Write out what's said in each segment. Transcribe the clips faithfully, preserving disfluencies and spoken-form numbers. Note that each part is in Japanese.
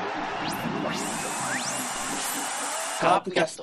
カープキャスト。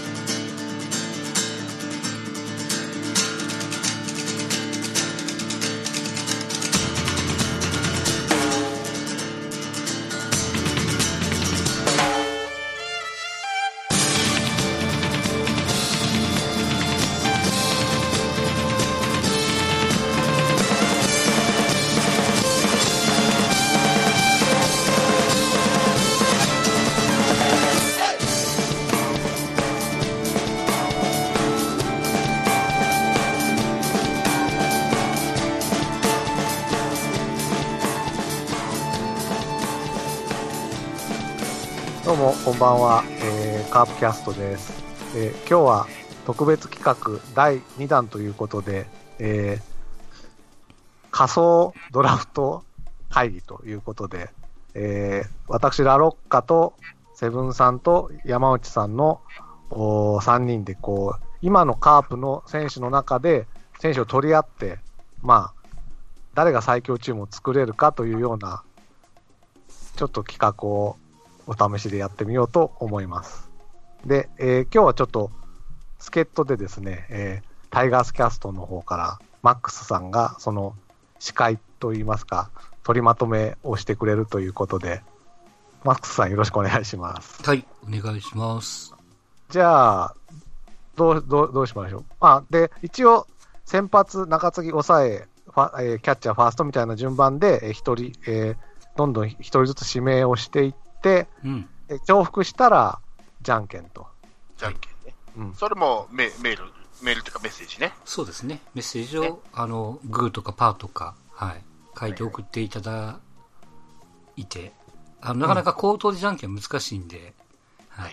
どうもこんばんは、えー、カープキャストです、えー、今日は特別企画だいにだんということで、えー、仮想ドラフト会議ということで、えー、私ラロッカとセブンさんと山内さんのさんにんでこう今のカープの選手の中で選手を取り合って、まあ、誰が最強チームを作れるかというようなちょっと企画をお試しでやってみようと思います。で、えー、今日はちょっと助っ人でですね、えー、タイガースキャストの方からマックスさんがその司会といいますか取りまとめをしてくれるということで、マックスさんよろしくお願いします。 はい、お願いします。 じゃあどうどうどうしましょう。あで一応先発中継ぎ抑えファ、えー、キャッチャーファーストみたいな順番で一、えー、人、えー、どんどん一人ずつ指名をしていってで、うん、重複したらじゃんけんと。 じゃんけんね。うん、それもメメール、メールというかメッセージね。 そうですね。メッセージを、ね、あのグーとかパーとか、はい、書いて送っていただいて、はいはい、あのなかなか口頭でじゃんけん難しいんで、 うん、はい。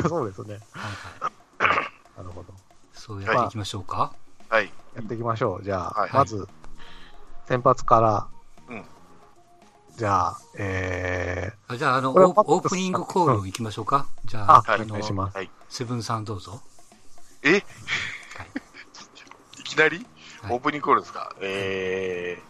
そうですね。はいはい。なるほど。 そうやっていきましょうか。 はい。 やっていきましょう。じゃあ、はい、まず先発から。うん。じゃあ、えー、あじゃあ、あの、オープニングコールいきましょうか。うん、じゃあ、 あ、あの、お願いします。 セブンさんどうぞ。 え、はい、いきなり、はい、オープニングコールですか。え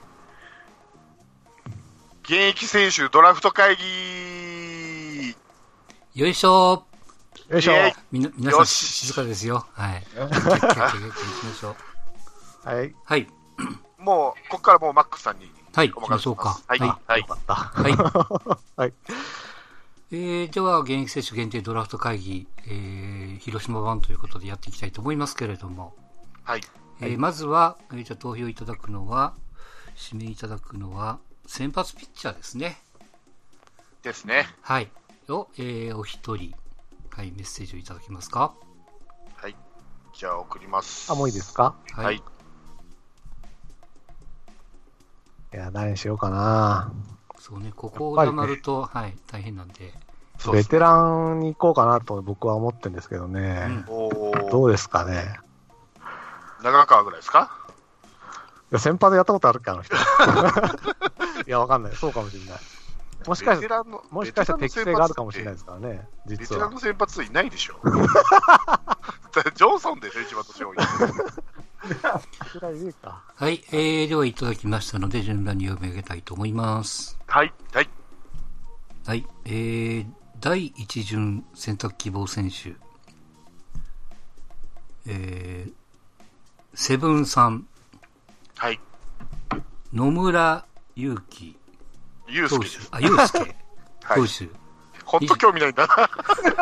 ー、現役選手ドラフト会議。 よいしょよいしょみな、皆さん静かですよ。はい。行きましょう。はい。 はい。 もう、ここからもうマックスさんに。 はい、行きましょうか。 はい。はい。 よかった。 はい。 はい。 えー、では、現役選手限定ドラフト会議、えー、広島版ということでやっていきたいと思いますけれども。 はい。 えー、まずは、えー、じゃあ投票いただくのは、指名いただくのは、先発ピッチャーですね。 ですね。 はい。を、えー、お一人、はい、メッセージをいただけますか。 はい。じゃあ、送ります。 あ、もういいですか。 はい。はい、 いや、何しようかな。 そうね、ここを黙ると、ね、はい、大変なんで。 ベテランに行こうかなと僕は思ってるんですけどね。うん、どうですかね。 長川ぐらいですか。 いや、先発やったことあるっけ、あの人。いや、わかんない。そうかもしれない。もしかしたら、もしかしたら適性があるかもしれないですからね。実は。 ベテランの先発いないでしょ。ジョンソンでしょ、一番年多い。 はい、えー、ではいただきましたので順番に読み上げたいと思います。 はいはいはい、えー、だいいち巡選択希望選手、えー、セブンさん、 はい、 野村祐希、 祐介です。 あ、祐介投手、 本当興味ないんだな。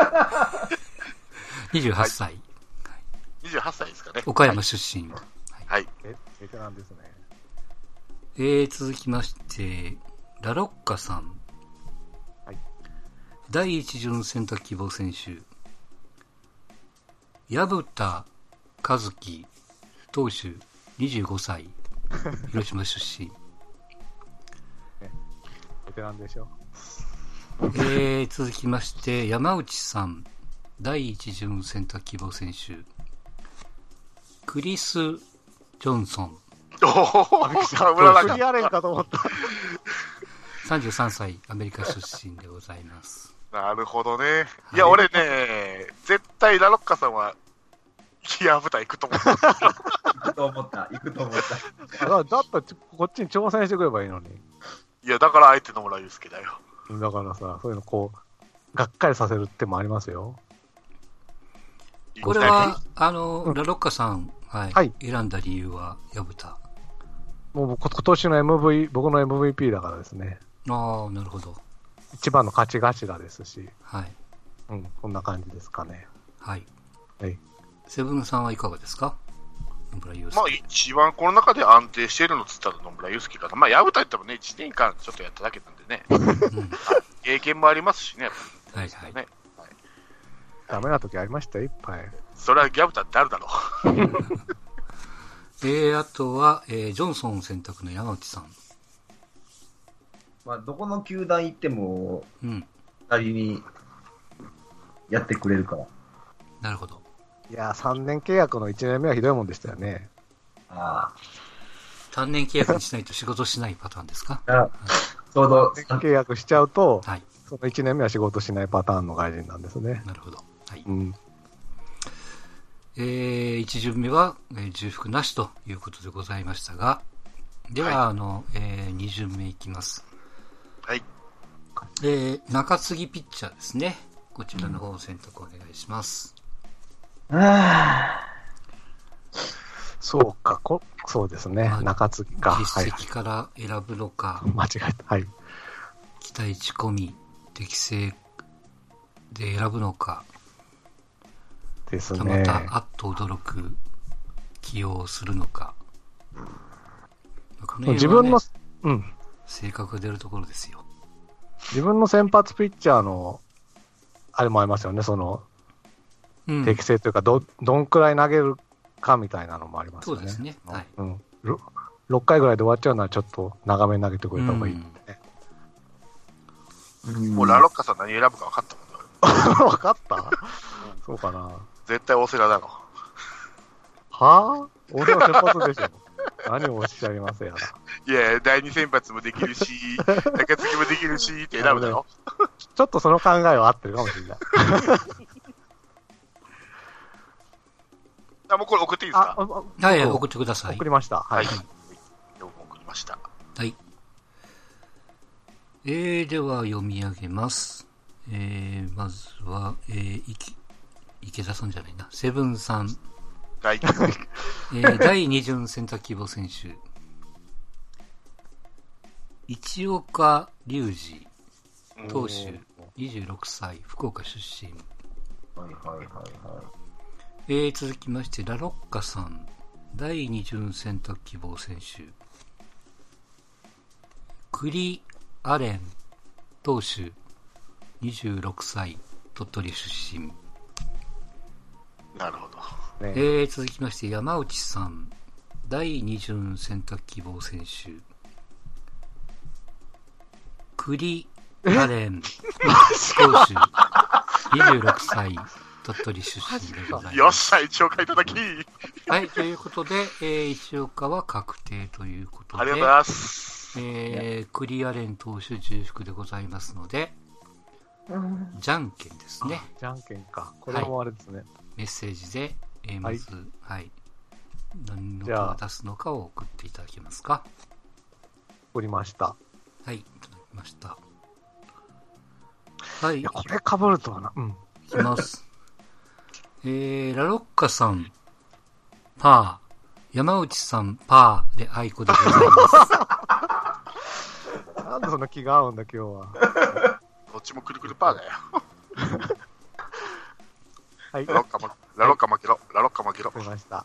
にじゅうはっさい。はいにじゅうはっさいですかね。 岡山出身。 はい。はい、 え、ベテランですね。 えー、続きまして、ラロッカさん。 はい。 だいいち巡選択希望選手。薮田和樹投手にじゅうごさい。広島出身。 ね、ベテランでしょ。 えー、続きまして、山内さん。だいいち巡選択希望選手。クリス・ジョンソン。 おお、 クリアレンかと思った。 さんじゅうさんさい、アメリカ出身でございます。 なるほどね。いや、はい、俺ね、絶対ラロッカさんは、ギア部隊行くと思った。 行くと思った、行くと思った。 だったら、こっちに挑戦してくればいいのに。 いや、だから相手の村祐介だよ。 だからさ、そういうのこう、がっかりさせる手もありますよ。 これは、あの、 うんラロッカさん、はい、 はい選んだ理由は、矢蓋。 もう僕今年の エムブイ、僕の エムブイピー だからですね。 ああ、なるほど。 一番の勝ち頭ですし、 はい。 うん、こんな感じですかね。 はい。 はい。 セブンさんはいかがですか？野村祐介。 まあ一番この中で安定しているのっつったら野村祐介かな。まあ矢蓋言ってもね、いちねんかんちょっとやっただけなんでね。 うん経験もありますしね、やっぱり。 はいはい。 ね。 ダメな時ありましたよ、いっぱい。 それはギャブタってあるだろえー、あとは、えー、ジョンソン選択の山内さん。 まあ、どこの球団行っても、 うん。 二人にやってくれるから。 なるほど。 いやー、さんねん契約のいちねんめはひどいもんでしたよね。 あ単年契約にしないと仕事しないパターンですか？ あ。ちょうど、 契約しちゃうと、 はい。 そのいちねんめは仕事しないパターンの外人なんですね。 なるほど。はい。 うん。 えー、一巡目は、えー重複なしということでございましたが、では、 はいあの、えー、二巡目いきます。 はい。 えー、中継ぎピッチャーですね。こちらの方を選択お願いします。 あそうか、こそうですねまあ。 中継ぎか。はい実績から選ぶのか、 間違えた。はい。 期待値込み、適正で選ぶのか、 ですたまね。 たあっと驚く起用をするのか。この辺はね自分の、うん。 性格が出るところですよ。 自分の先発ピッチャーの、あれもありますよね。その、 うん。 適性というか、ど、どんくらい投げるかみたいなのもありますよね。 そうですね。はい。 うん。ろろっかいぐらいで終わっちゃうのはちょっと長めに投げてくれた方がいいんでね。 ーもうラロッカさん何選ぶか分かったもんね。 分かったそうかな。 絶対大瀬良だろ。 はぁ俺は先発でしょ。何をおっしゃいますやら。 いや、第二先発もできるし、中継ぎもできるしって選ぶだろ。 ちょっとその考えは合ってるかもしれない。 あ、もうこれ送っていいですか？ あ、 はい、送ってください。 送りました。ははいい。よく送りました。 はい。えー、では読み上げます。えー、まずは、えー、いき、池田さんじゃないな。セブンさん。 はい。 えー、だいに巡選択希望選手。市岡隆二、投手、にじゅうろくさい、福岡出身。 はいはいはいはい。 えー、続きまして、ラロッカさん。だいに巡選択希望選手。クリ・アレン、投手、にじゅうろくさい、鳥取出身。 なるほど。 ねえー、続きまして、山内さん。だいに巡選択希望選手。クリ・アレン、投手、にじゅうろくさい、鳥取出身でございます。 よっしゃ、一応書いただき。 はい、ということで、えー、石岡は確定ということで、 ありがとうございます。 えー、クリアレン投手重複でございますので、じゃんけんですね。 じゃんけんか。これもあれですね。 メッセージで、えー、まず、はい、何のじゃあか出すのかを送っていただけますか。 送りました。 はい、いただきました。はい、いいや、これ被るとはな。うん。 きます。えー、ラロッカさん、パー、山内さん、パーで愛子でございます。 なんでそんな気が合うんだ、今日は。 どっちもくるくるパーだよ。 はい。 ラロッカま、ラロッカ負けろ。ラロッカ負けろ送。りました。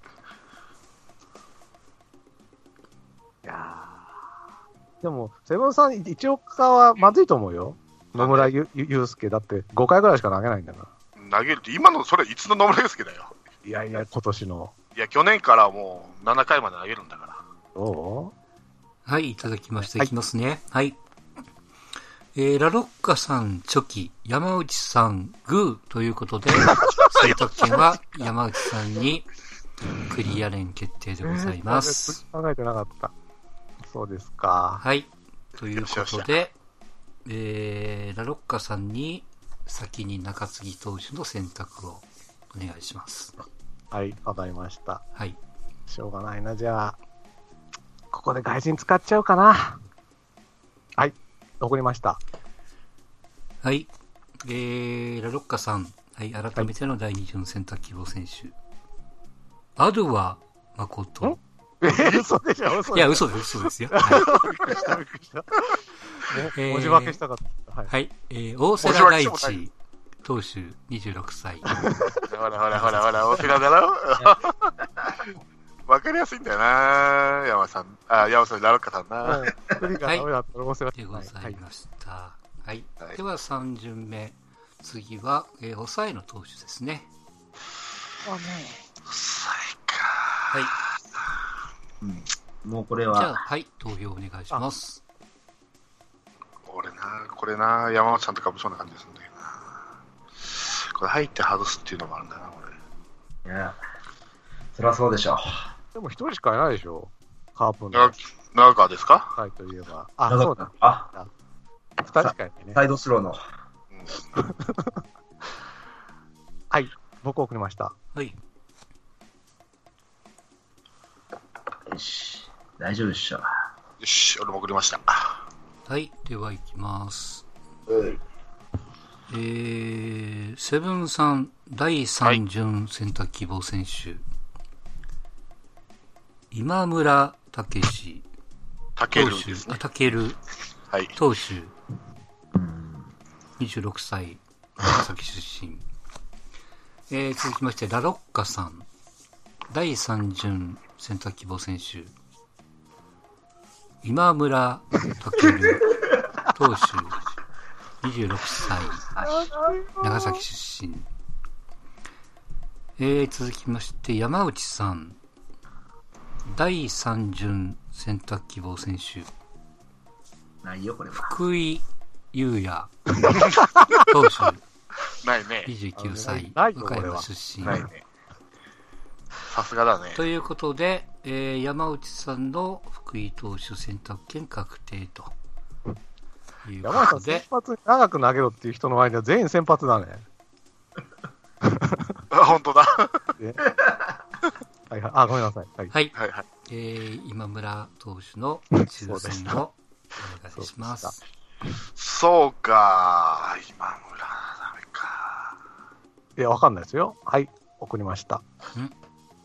いやーでも、セブンさん、一岡はまずいと思うよ。野村ゆ祐介だってごかいぐらいしか投げないんだから。 投げるって、今のそれいつの野村祐介だよ。 いやいや、今年の。 いや、去年からもうななかいまで投げるんだから。 どはい、いただきました。 はいいきますね。はい。えー、ラロッカさん、チョキ、山内さん、グーということで、選択権は山内さんにクリア連決定でうございます。 えー考えてなかった。そうですか。 はい。ということよしよで、えー、ラロッカさんに先に中継ぎ投手の選択をお願いします。 はい、わかりました。 はい。 しょうがないな、じゃあ。ここで外人使っちゃうかな。はい、送りました。 はい。えー、ラロッカさん。はい。改めてのだいに巡選択希望選手。アドワ誠。 えー、嘘でしょ、嘘でしょ。 いや、嘘です、嘘ですよ。はい。 びっくりした、びっくりした。ね、 えー文字化けしたかった。はい。 はい。えー、大瀬良大地投手にじゅうろくさい。 ほらほらほらほら、大瀬良だろわかりやすいんだよな、山さん。あ、山さん、ラロッカさんな。 もう、作りがダメだったら面白い。 でございました。はい。はいはい、 ではさん巡目。次は、えー、抑えの投手ですね。 抑えか。 はい。 うん、もうこれじゃあ、 は。 はい。投票お願いします。 俺な、これな、山本さんとかもそうな感じですんだけどな。これ入って外すっていうのもあるんだな、これ。 いや、そりゃそうでしょう。 でも一人しかいないでしょ。カープの。 長川ですか？ はい、といえば。あ、 長そうだ。 あ、 二人しかいないね。 サイドスローの。 はい、僕送りました。 はい。 よし、大丈夫でしょ。 よし、俺も送りました。 はい。では、いきます。 はい。 えー、セブンさんだいさん巡選択希望選手。今村武史。 たけるですね。 あ、たける。 はい。 投手。にじゅうろくさい。長崎出身。えー、続きまして、ラロッカさん。だいさん巡選択希望選手。今村武投手。にじゅうろくさい。長崎出身。えー、続きまして、山内さん。だいさん巡選択希望選手。 ないよ、これは。 福井優也。投手。 ないね。 にじゅうきゅうさい。 ないよ岡山出身。 ないね。さすがだね。 ということで、えー、山内さんの福井投手選択権確定という山内さん、 ことで先、発長く投げろっていう人の間全員先発だね。 あ、本当だ。 ねはいはい、あ、ごめんなさい。はい。 はい、 はいはい。 えー、今村投手の抽選をお願いしま。 そうそうか、今村、ダメか。 いや、わかんないですよ。はい、送りました。 んい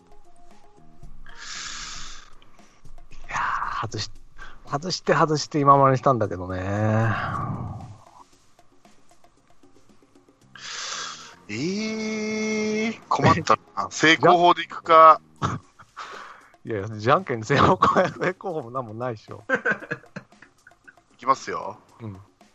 やー、外し、外して外して今までにしたんだけどね。 えー、困ったな。成功法でいくか。 いやいや、じゃんけん成功法成功法もなんもないでしょ。 いきますよ。 うん。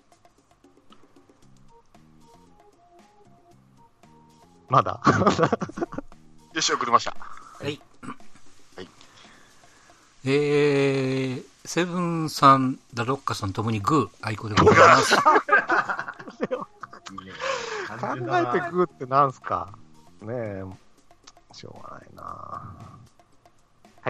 まだよし、送りました。 はい。 はい。 えー、セブンさん、ダロッカさんともにグー、愛子でございます。 いいね。 考えてグーってなんすかねえ、しょうがないな。はい。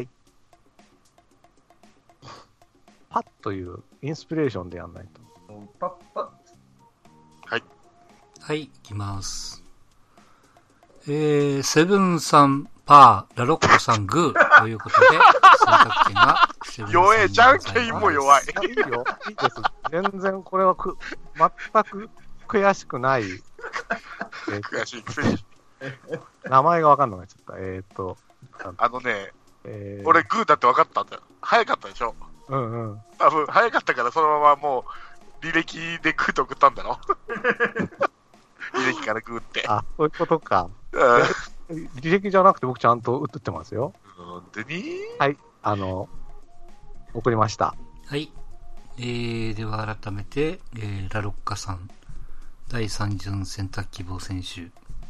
パッというインスピレーションでやんないと。 パッパッ。 はい。 はい、いきます。えー、セブンさん、パー、ラロッカさん、グーということで、選択権がセブンさんにございます。 弱え、じゃんけんも弱い。 いいよ、いいです。全然これはく全く悔しくない。えー悔しいくせに。 名前がわかんなくなっちゃった。えっ、ー、と、 あのね、 えー、 俺グーだって分かったんだよ。早かったでしょ。 うんうん。 多分早かったからそのままもう履歴でグーと送ったんだろ。履歴からグーって。 あ、そういうことか。 うん履歴じゃなくて僕ちゃんと打ってますよ。 でにはい、あの、送りました。 はい。えー、では改めて、えー、ラロッカさん、だいさん巡選択希望選手。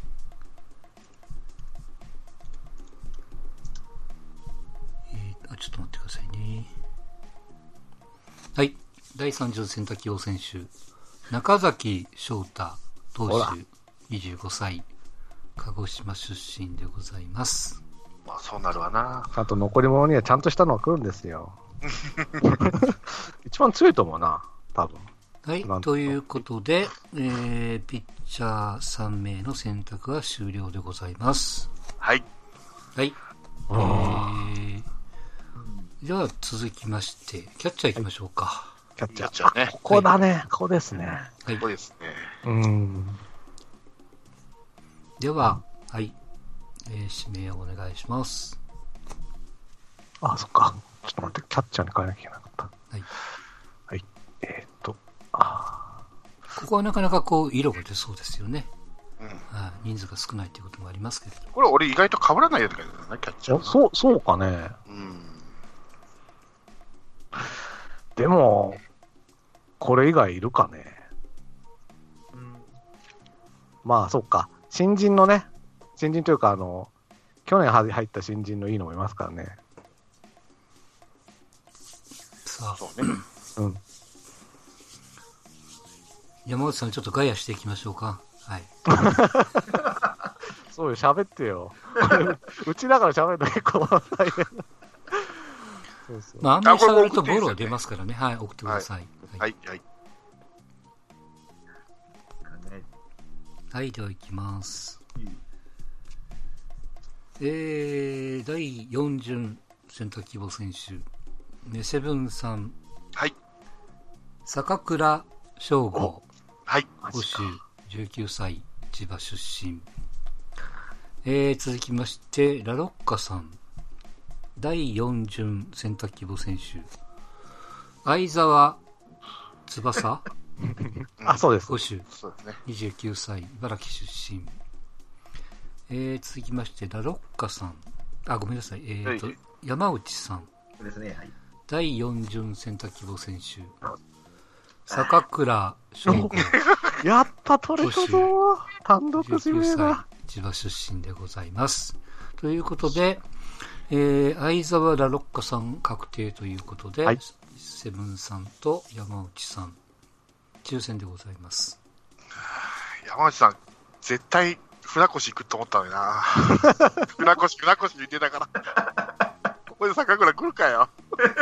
えー、あ、ちょっと待ってくださいね。はい。だいさん巡選択希望選手。中崎翔太投ほら手、にじゅうごさい。鹿児島出身でございます。 まあそうなるわな。 ちゃんと残り物にはちゃんとしたのが来るんですよ。一番強いと思うな、多分。 はいなん。とということで、えー、ピッチャーさん名の選択は終了でございます。 はい。 はい。えー、では続きまして、キャッチャー行きましょうか。 キャッチャー。 キャッチャーねここだね、ここですね。 はいそうですね。 うん。 では、はい。えー、指名をお願いします。 あ、そっか。ちょっと待って、キャッチャーに変えなきゃいけなかった。 はい。 はい。えーっと、あここはなかなかこう、色が出そうですよね。 うん。 はい。人数が少ないということもありますけれど。 これ俺意外と被らないやつがいるんだね、キャッチャー。 ーそう、そうかね。 うん。 でも、これ以外いるかね。 うん。 まあ、そっか。新人のね、新人というか、あの、去年入った新人のいいのもいますからね。 さあ、 そうね。 うん。 山内さんちょっとガヤしていきましょうか。はい。 そうよ、喋ってよ。うちだから喋ると結構大変。そうそう。 まあ、あんまり喋るとあこれも送っていいですよねボロが出ますからね。はい、送ってください。は。 はいい、はい。 ねはい、では行きます。 うんえー、だいよん巡選択希望選手。ね、セブンさん、 はい。 坂倉翔吾、 はい。 保守、じゅうきゅうさい、千葉出身。えー、続きまして、ラロッカさん。だいよん巡選択希望選手。相沢翼、 あ、そうです保。守、 そうですね。 にじゅうきゅうさい、茨城出身。えー、続きまして、ラロッカさん。あ、ごめんなさい。えーと、 はい山内さん。 そうですね、はい。 だいよん巡選択希望選手。坂倉翔吾、 やった、取れたぞー。単独じゅうきゅうさ指名だ。 い、千葉出身でございます。ということで、えー、相沢ラロッカさん確定ということで、 はいセブンさんと山内さん、抽選でございます。 山内さん、絶対、船越行くと思ったのにな。船越、船越言ってたから。ここで坂倉来るかよ。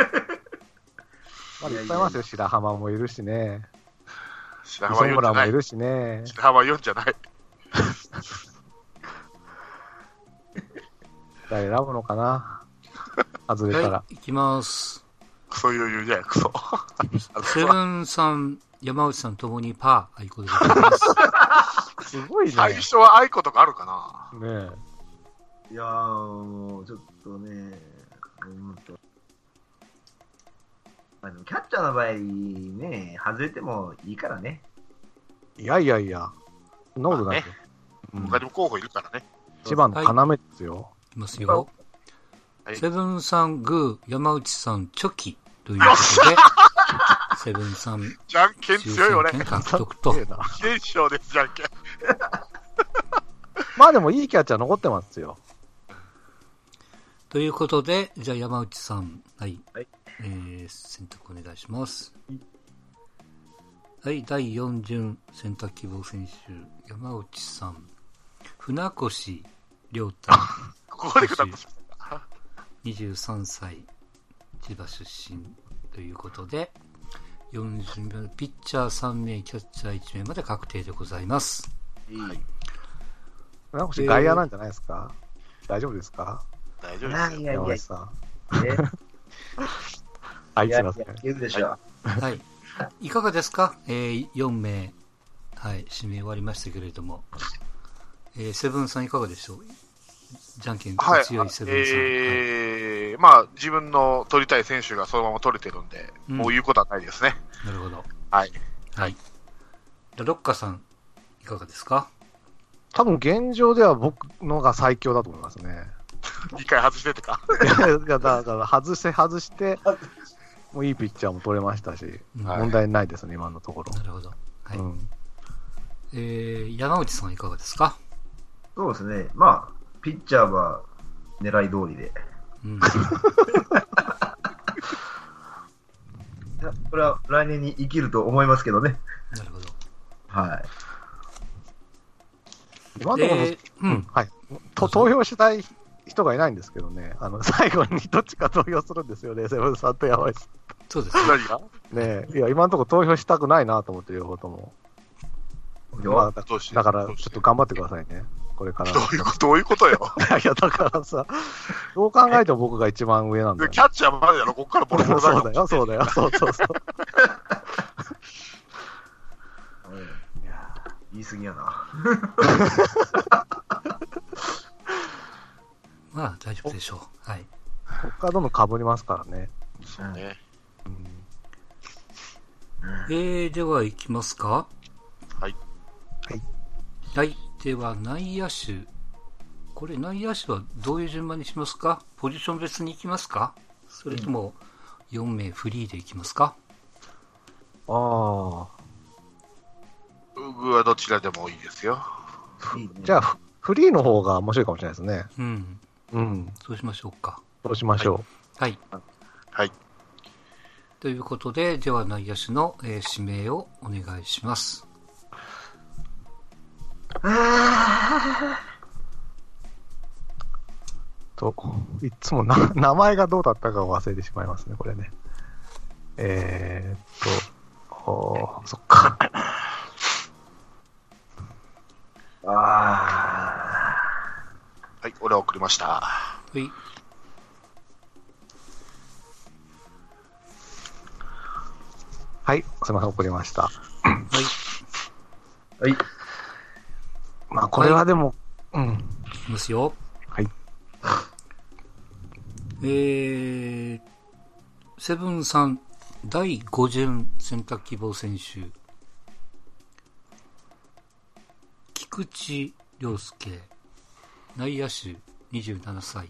まだいっぱいいますよ。白浜もいるしね。 白浜磯よんじゃない。 村もいるしね。 白浜よんじゃない。 誰選ぶのかな外れたらは。い、いきます。 クソ余裕じゃん、クソ。 セブンさん、山内さんともにパー、あいこでございます。 すごいね。 最初はアイコとかあるかな。 ねいやー、もう、ちょっとね、うんと。あのキャッチャーの場合、ね、外れてもいいからね。 いやいやいや。そんなことないよ。うん他にも候補いるからね。 一番の要ですよ。 いきますよ。 はいセブンさん、グー、山内さん、チョキということで、セブンさん、 じゃんけん抽強いよね。 選権獲得とす。げえな非連勝です、じゃんけん。 まあでもいいキャッチャー残ってますよ。 ということで、じゃあ山内さん、はい。 はいえー、選択お願いします。はい、だいよん巡選択希望選手、山内さん、船越亮太、 ここでください。 にじゅうさんさい、千葉出身ということで、よん巡目のピッチャーさん名、キャッチャーいち名まで確定でございます。 はい。 なんか外野なんじゃないですか、大丈夫ですか大丈夫ですよ。 いやいやいや山内さん。 えあ、いいやいつますねや、。言うでしょ。 はい。いかがですか、えー、よん名、はい、指名終わりましたけれども、えー、セブンさんいかがでしょう、じゃんけんはい。 強いセブンさん。はいえー、まあ、自分の取りたい選手がそのまま取れてるんで、 うんもう言うことはないですね。 なるほど。 はい。 はい。ラロッカさん、いかがですか？ 多分現状では僕のが最強だと思いますね。 一回外しててか。 いや、いやだから外して外して、もういいピッチャーも取れましたし、 うんはい問題ないですね、今のところ。 なるほど。はい。 うん、 えー、山内さんいかがですか？ そうですね。まあ、ピッチャーは狙い通りで。 うん。 いやこれは来年に生きると思いますけどね。 なるほど。 はい。 今のところ、 えー、うん。 はい、と投票したい人がいないんですけどね、あの最後にどっちか投票するんですよね、セブンさんと山内さそうですね。 何がん。ねえ、いや、今のところ投票したくないなと思って、両方とも。まあ、だどうしてだから、ちょっと頑張ってくださいね、 これから。 どういうこと、どういうことよ。 いや、だからさ、どう考えても僕が一番上なんだよ。 キャッチャーまでやろ、こっからボロボロそうだよ、そうだよ、そうそうそう。 いやー言い過ぎやな。 まあ、大丈夫でしょう。はい。 こっからどんどん被りますからね。 そうね。 うんえー、では行きますか。 はい。 はい。 はい。では、内野手。これ、内野手はどういう順番にしますか？ポジション別に行きますか？それとも、よん名フリーで行きますか？ ああ。 僕はどちらでもいいですよ。 いいねじゃあ、フフリーの方が面白いかもしれないですね。 うん。 うん。 そうしましょうか。 そうしましょはい。 はい。 ということで、では内野手の、えー指名をお願いします。 う。と、いつもな名前がどうだったかを忘れてしまいますね、これね。えーっと、おーそっか。 あはい、俺は送りました。 はい。 はい、すみません、送りました。 はい。 ーはい。 まあ、これはでも、うん。 いきますよ。 はい。 えー、セブンさん、だいご巡選択希望選手。菊池涼介、内野手にじゅうななさい。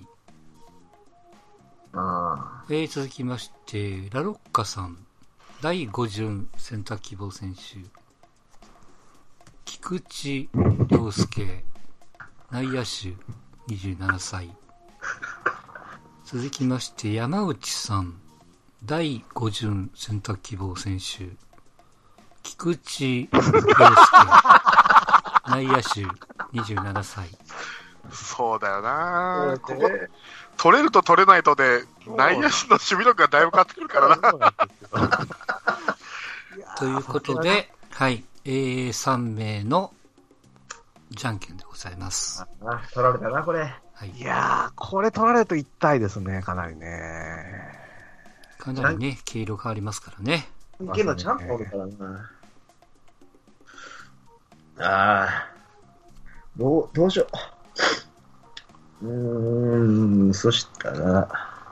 あえー、続きまして、ラロッカさん、だいご巡選択希望選手。菊池涼介、内野手にじゅうななさい。続きまして、山内さん、だいご巡選択希望選手。菊池涼介、内野手にじゅうななさい。 そうだよな、 ーここ、取れると取れないとで、内野手の守備力がだいぶ変わってくるからな。 ということで、はい、えー、さん名のじゃんけんでございます。 あ、取られたな、これ。 はいい。やー、これ取られると痛いですね、かなりね。 かなりね、毛色変わりますからね。 いけんのちゃんとおるからな。ああ。どう、どうしよう。うーん、そしたら、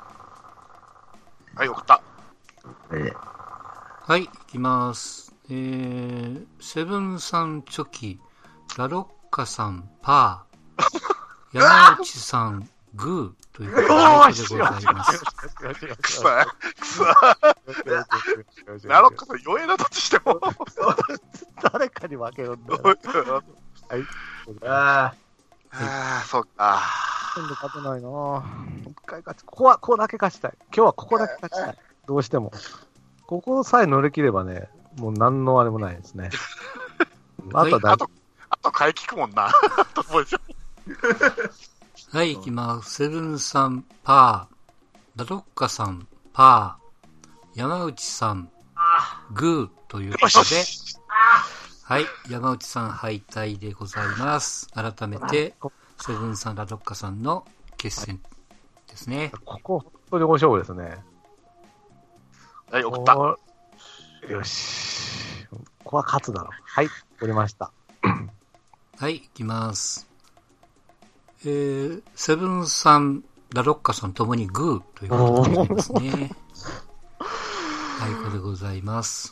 はい、送った。 えーはい、いきます。えー、セブンさんチョキ、ラロッカさんパー、山内さんグーということでございます。 くそ、くそ。ナロッカさん、弱えな、どっちしても。 誰かに負けるんだよ。はい。 あああ、そうか。 今度勝てないなぁ。一回勝ち、ここは、ここだけ勝ちたい。今日はここだけ勝ちたい。どうしても。ここさえ乗り切ればね、もう何のあれもないですね。あとは大あと、あと、買い聞くもんな。あとポジションはい、いきます。セブンさんパー、ラロッカさんパー、山内さんグーということで、はい、山内さん敗退でございます。改めて、セブンさん、ラロッカさんの決戦ですね。 ここ、本当に大勝負ですね。 はい、送った。 こうよし。ここは勝つだろう。はい、取りました。 はい、いきます。えー、セブンさん、ラロッカさんともにグーということになりますね。はい、これでございます。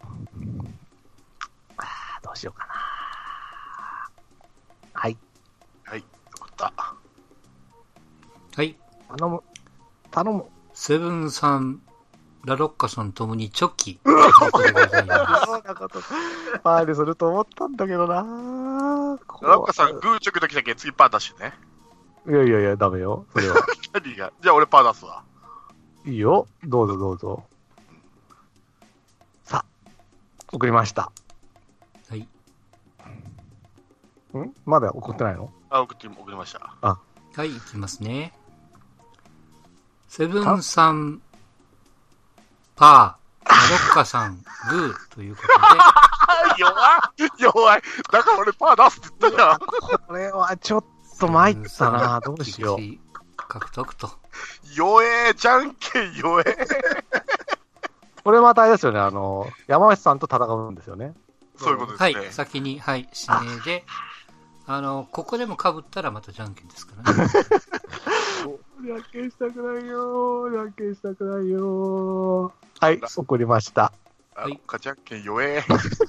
あーどうしようかな。はい、 はい、送った。 はい、 頼む。頼む。 セブンさん、ラロッカさんともにチョキということでございます。 なんかファールすると思ったんだけどなぁ。 ナロッカさん、グーチョキの時だけ次パー出してね。 いやいやいや、ダメよ。それは。 何がじゃあ俺パー出すわ。 いいよ。どうぞどうぞ。さあ、送りました。 はい。 んまだ送ってないの？ あ、送って、送りました。 はい、いきますね。セブンさん、パー、ラロッカさん、グーということで、 弱い弱い。だから俺パー出すって言ったじゃん。 これはちょっと参ったな。どうしよう。 獲得と。 弱え、じゃんけん弱え。 これまたあれですよね、あの、山内さんと戦うんですよね。 そういうことですね。 はい、先に、はい、指名で、あの、ここでも被ったらまたじゃんけんですからね。 じゃんけんしたくないよー。じゃんけんしたくないよー。はい、送りました。 はい。じゃんけん弱え。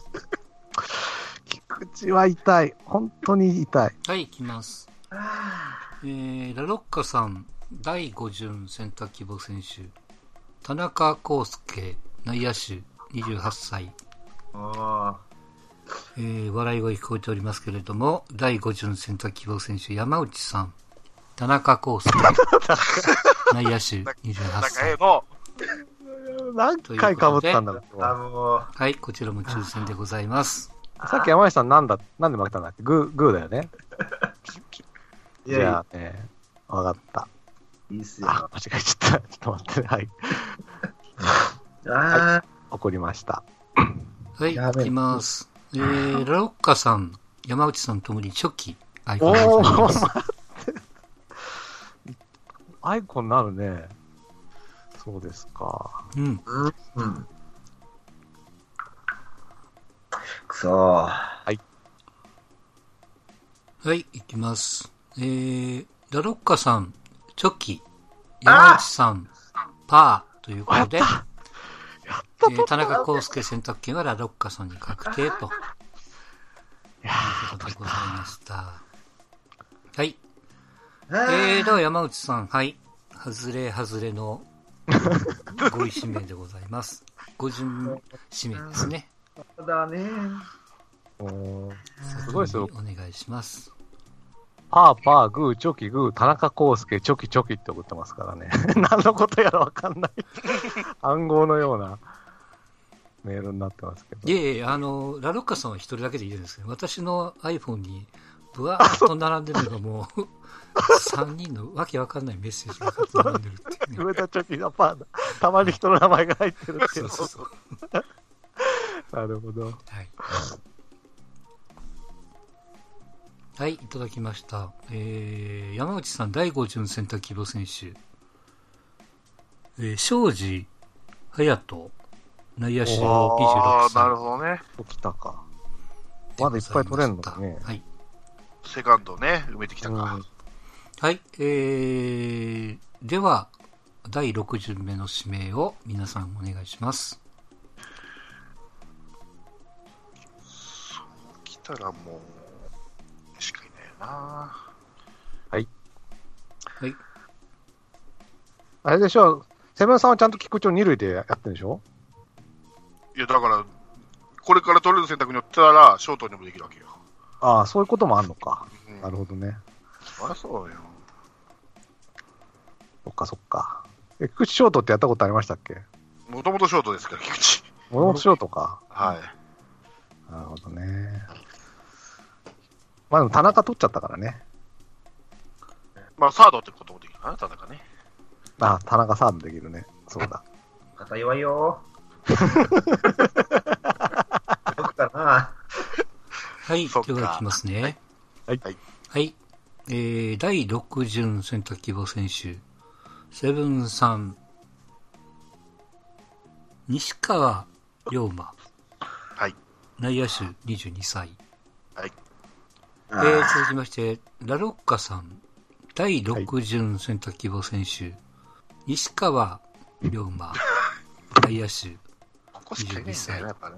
菊池は痛い。本当に痛い。 はい、いきます。えー、ラロッカさん、だいご巡選択希望選手。田中康介、内野手、にじゅうはっさい。 あえー、笑い声聞こえておりますけれども、だいご巡選択希望選手、山内さん、田中康介、内野手、にじゅうはっさい。 何回被ったんだろう。 あのー、 はい、こちらも抽選でございます。 さっき山内さんなんだ、なんで負けたんだっけ？グー、グーだよね。 いやいやじゃあね、わかった。 いいっすよ。 あ、間違えちゃった。ちょっと待ってね。はい。 あ怒りました。 はい、いやべえきます。えー、ラロッカさん、山内さんともに初期アイコおンでございまーす。 アイコンになるね。そうですか。 うん。 ーうん。うん。くそー。 はい、いきます。えー、ラロッカさん、チョキ、山内さん、パーということで、えー、田中康介選択権はラロッカさんに確定と。 いやということでございました。はい。 あーえー、では山内さん、はい。外れ外れのご意指名でございます。ご順指名ですね。 そうだね。 もうすごいですよ。 お願いします。 パーパー、グー、チョキ、グー、田中康介、チョキ、チョキって送ってますからね。何のことやらわかんない。暗号のようなメールになってますけど。 いえいえ、あの、ラロッカさんは一人だけでいいですけど、私の iPhone にブワーッと並んでるのがもう、さんにんのわけわかんないメッセージが並んでるっていうね。 上田チョキがパーだ。たまに人の名前が入ってるっていそううそうそう。 なるほど。 はい。はい、いただきました。えー、山内さん、だいご巡選択希望選手。えー、庄司隼人、内野手にじゅうろくさい。 ああ、なるほどね。 来たか。まだいっぱい取れんのかね。 はい。 セカンドね、埋めてきたか。 うんはい、えー、では、だいろく巡目の指名を皆さんお願いします。 そう来たらもう、しかいないよな。 はい。 はい。 あれでしょ、セブンさんはちゃんと菊池を二塁でやってるんでしょ？ いや、だから、これから取れる選択によっては、ショートにもできるわけよ。 ああ、そういうこともあるのか。 うん、 なるほどね。 そりゃそうよ。 そっかそっか。え、菊池ショートってやったことありましたっけ？ もともとショートですから、菊池。 もともとショートか。 はい。 なるほどね。まあでも田中取っちゃったからね。 まあ、サードってこともできるかな、田中ね。 あ、田中サードできるね。そうだ。 肩弱いよー。どくかな。 はい、 そっかでは、いきますね。 はい。 はい。 はい。えー、だいろく巡選択希望選手。セブンさん。西川龍馬。 はい。 内野手にじゅうにさい。 はい。 えー、続きまして、ラロッカさん。だいろく巡選択希望選手。西川龍馬。内野手。 ここしかいないんだよね、やっぱね。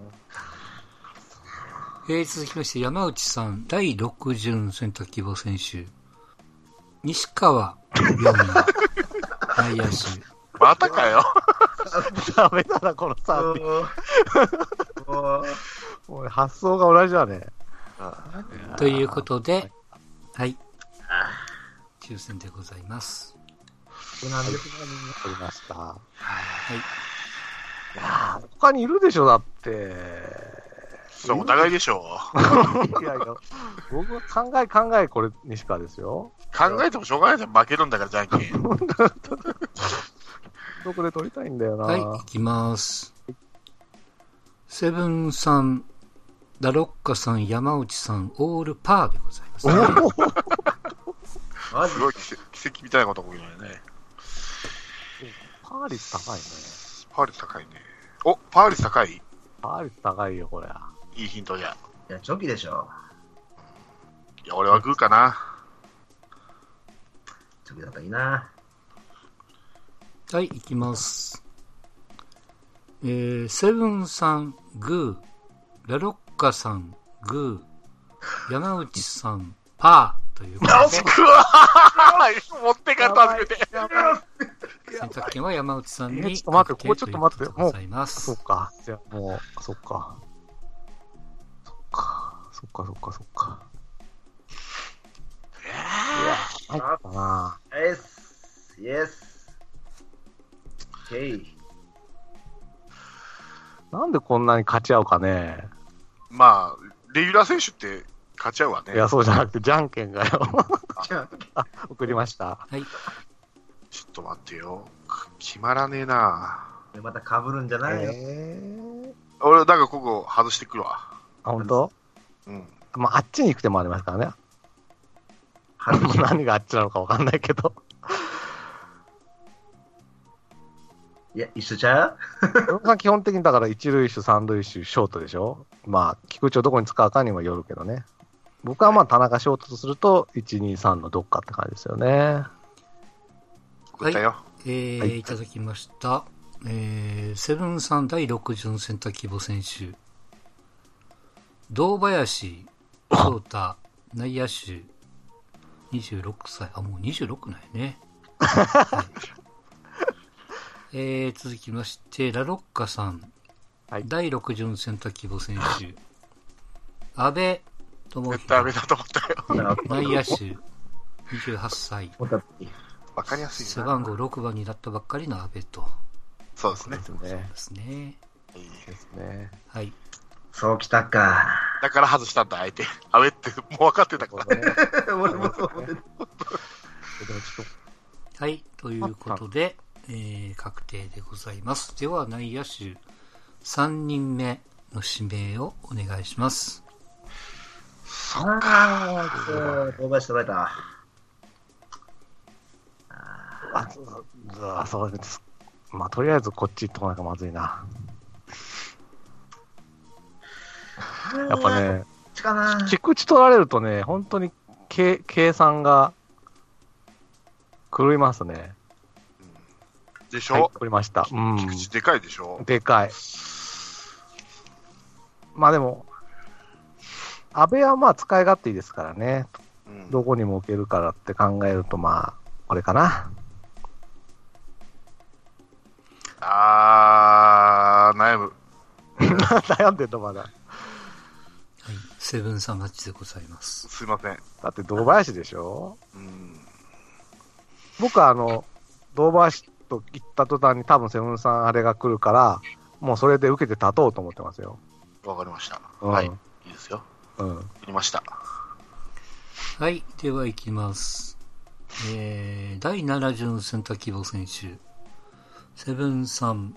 えー、続きまして、山内さん。だいろく巡選択希望選手。西川龍馬。内野手。 またかよ。 ダメだな、このさんにん。 もうもう発想が同じだね。 ということで、はい。抽選でございます。 なんです取りました。 はい。 いやー他にいるでしょ、だって。 そう、お互いでしょいやいや、僕は考え考え、これ、西川ですよ。 う。考えてもしょうがないじゃん。負けるんだから、じゃんけん。 どこで取りたいんだよな。 はい、いきます。セブンさん、 ラロッカさん、山内さん、オールパーでございます、 おね。 マジすごい奇跡奇跡みたいなこと起きるよね。 パー率高いね。 パー率高いね。お、パー率高い？ パー率高いよ、これ。 いいヒントじゃ。 いや、チョキでしょ。 いや、俺はグーかな。 チョキだったらいいな。 はい、いきます。えー、セブンさん、グー、ラロッカさん、グー、山内さん、パーということで、 くわー持ってかった初めて。 選択権は山内さんえにちょっと待って確定ここちょっと待っていうことでございます。 そっか。じゃあもう、そっか。そっか。そっか、そっか、そっか。入ったな。 イエス、イエス。オッケー。 なんでこんなに勝ち合うかね。 まあ、レギュラー選手って勝ち合うわね。 いや、そうじゃなくて、じゃんけんがよ。 じゃあ、送りました。 はい。 ちょっと待ってよ。決まらねえな。 あ、また被るんじゃないよ。 えー。 俺、だからここ外してくるわ。 あ、ほんと？ うん。 まあ、あっちに行く手もありますからね。何があっちなのかわかんないけど。 いや、一緒ちゃう基本的にだから一塁手、三塁手、ショートでしょ。まあ、菊池をどこに使うかにもよるけどね。僕はまあ、田中ショートとすると、いち、に、さんのどっかって感じですよね。 送ったよ。 えーはいいただきました。えー、セブンさんだいろく巡選択希望選手。堂林翔太、内野手、にじゅうろくさい。あ、もうにじゅうろくなんやね。はいえー、続きまして、ラロッカさん。 はいだいろく巡選択希望選手。安倍智絶対ダメ弘、 だと思ったよ。 内野手、にじゅうはっさい。 わかりやすいな。 背番号ろくばんになったばっかりの安倍と。 そうですねで。すね。 ですね。 ですね。 はい。 そうきたか。 だから外したんだ、あえて。あえって、もう分かってたから。 ね、 俺もそう思ってた。 でもちょっはい。ということで、えー、確定でございます。では、内野手さんにんめの指名をお願いします。 ああ、そう、大林取られた。 と、あ、そうあそうです。まあ、とりあえずこっち行ってこないかまずいな。やっぱね、 こっちかな。 菊池取られるとね、本当に計計算が狂いますね。 でしはい、 ょ、 取りました。うん。 菊池でかいでしょ。 でかい。まあでも、安倍はまあ使い勝手いいですからね。 うん、 どこにも置けるからって考えると、まあ、これかな。 あー、悩む。 悩んでんのまだ。 はい。セブンさんはちでございます。 すいません。 だって堂林でしょ。 うん。 僕はあの、堂林と言った途端に多分セブンさんあれが来るから、もうそれで受けて立とうと思ってますよ。 わかりました。 うんはい。いいですよ。 うん。 送りました。 はい。では、いきます。えー、だいなな巡選択希望選手。セブンさん。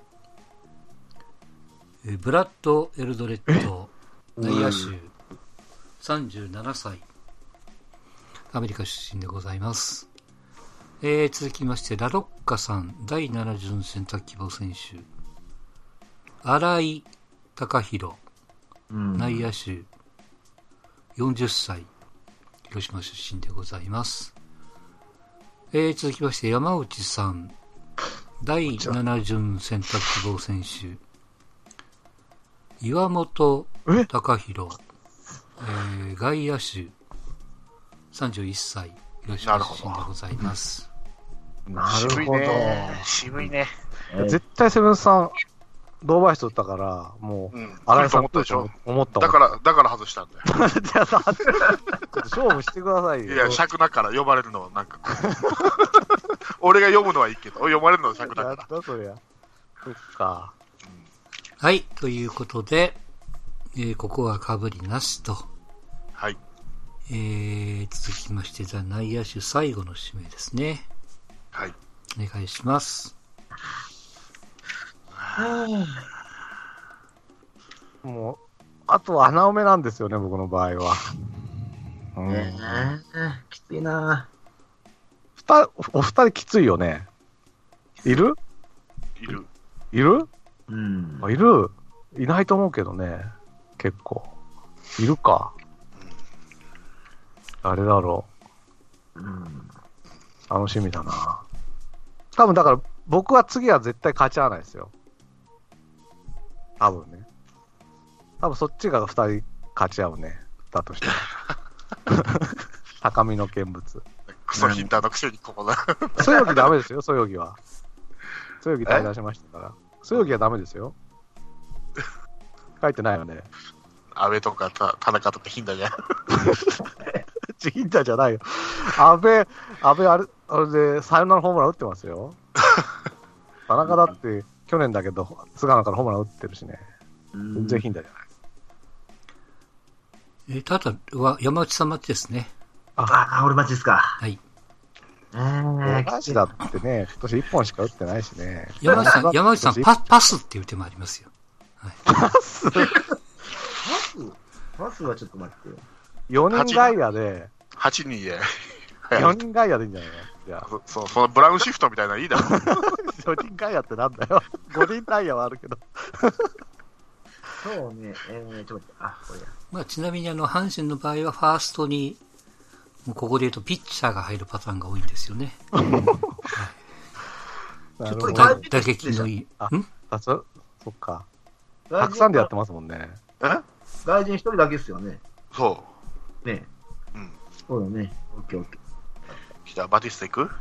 えーブラッド・エルドレッド。内野手。さんじゅうななさい。アメリカ出身でございます。えー、続きまして、ラロッカさん。だいなな巡選択希望選手。新井貴弘。 うん内野手。よんじゅっさい。広島出身でございます。えー、続きまして、山内さん。だいなな巡選択希望選手。岩本え貴弘。えー、外野手。さんじゅういっさい。広島出身でございます。 なる渋いほど。 ね。渋いね。 絶対セブンさん、堂林取ったから、もう、 うん。 新井さん来ると思ったでしょ。 思ったもん。 だから、だから外したんだよ。 じゃあさ、ちょっと勝負してくださいよ。 いや、尺だから呼ばれるのはなんか。俺が読むのはいいけど、読まれるのは尺だやっから。 たそりゃ。そっか。 はい。ということで、えー、ここは被りなしと。 はい。 えー、続きまして、じゃあ内野手最後の指名ですね。 はい。 お願いします。 もう、 あとは穴埋めなんですよね、僕の場合は。うん、 えー、きついなふたお二人きついよね。いるいる。 いるうん。 いるいないと思うけどね、結構。いるか。誰だろう。うん。 楽しみだな。多分だから、僕は次は絶対勝ち合わないですよ。多分ね。多分そっちが二人勝ち合うね。だとしたら。高みの見物。 クソヒンターのくせにここだ。 そよぎダメですよ、そよぎは。そよぎ対談しましたから。そよぎはダメですよ。書いてないよね。 安倍とかた田中とかヒンターじゃん。 ヒンターじゃないよ。安倍、安倍あれ、あれでサヨナラホームラン打ってますよ。田中だって去年だけど、菅野からホームラン打ってるしね。全然ヒンターじゃない。 えー、ただは山内さん待ちですね。 ああ、俺待ちですか。 はい。 えー、 山内だってね、今年いっぽんしか打ってないしね。 山内さん、山内さんパ、パスっていう手もありますよ。はい、 パスパスパスはちょっと待ってよ。 よにん外野で、 はちにんで。 よにん外野でいいんじゃないの？じゃあ。 そ, そ, そのブラウンシフトみたいなのいいだろ。 よにん外野ってなんだよ。ごにん内野はあるけど。 そうね、えー、ちょっと待って、あ、これや。 まあ、ちなみにあの、阪神の場合はファーストに、もうここで言うとピッチャーが入るパターンが多いんですよね。はい、 なるほど。 だ打撃のいい。 あ、 んあそ、そっか。たくさんでやってますもんね。 え外人一人だけですよね。 そう。ねうん。 そうだね。オッケーオッケー。じゃあ、バティスタ行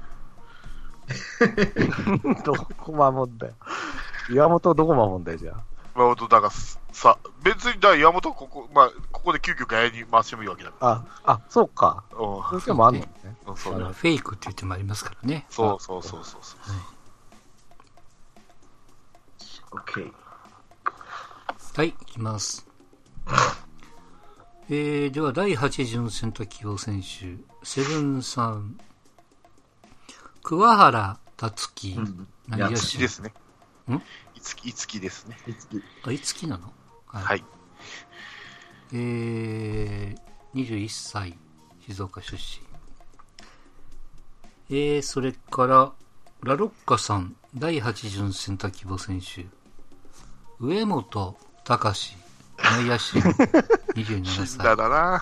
くどこ守んだよ。岩本どこ守んだよ、じゃあ。 岩本、だからさ、別に、だ岩本ここ、まあ、ここで急遽外野に回してもいいわけだから。あ、あ、そうか。 うん。 そういう手もあるのね。 うん、そうフェイクって言ってもありますからね。 そうそうそうそうそう。 はいー。オッケー。 はい、いきます。えー、では、だいはち巡選択希望選手、セブンさん、桑原達樹、 うん、 内野手。 いつきですね。 んいつき、いつきですね。 いつき。 あ、いつきなの？はい。 はい、 えー、にじゅういっさい、静岡出身。えー、それから、ラロッカさん、だいはち巡選択希望選手、上本隆、内野手、にじゅうななさい。 だだな。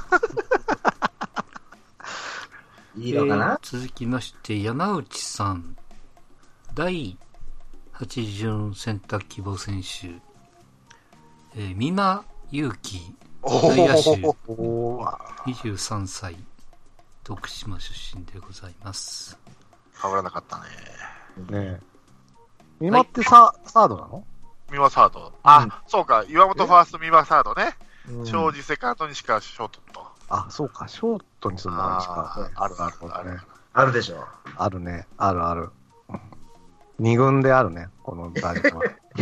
いいのかな、 えー、続きまして、山内さん、だいはち巡選択希望選手、えー、美馬勇樹、内野手、にじゅうさんさい、徳島出身でございます。 変わらなかったね。 ねえ。美馬ってサ、はい、サードなの？ 美馬サード。あ、うん、そうか。岩本ファースト、美馬サードね。庄司セカンドにしかショートと。 あ、そうか。ショートにするのあるしか。 あるあるある。 あるでしょ。 あるね。あるある。二軍であるね。この打率は。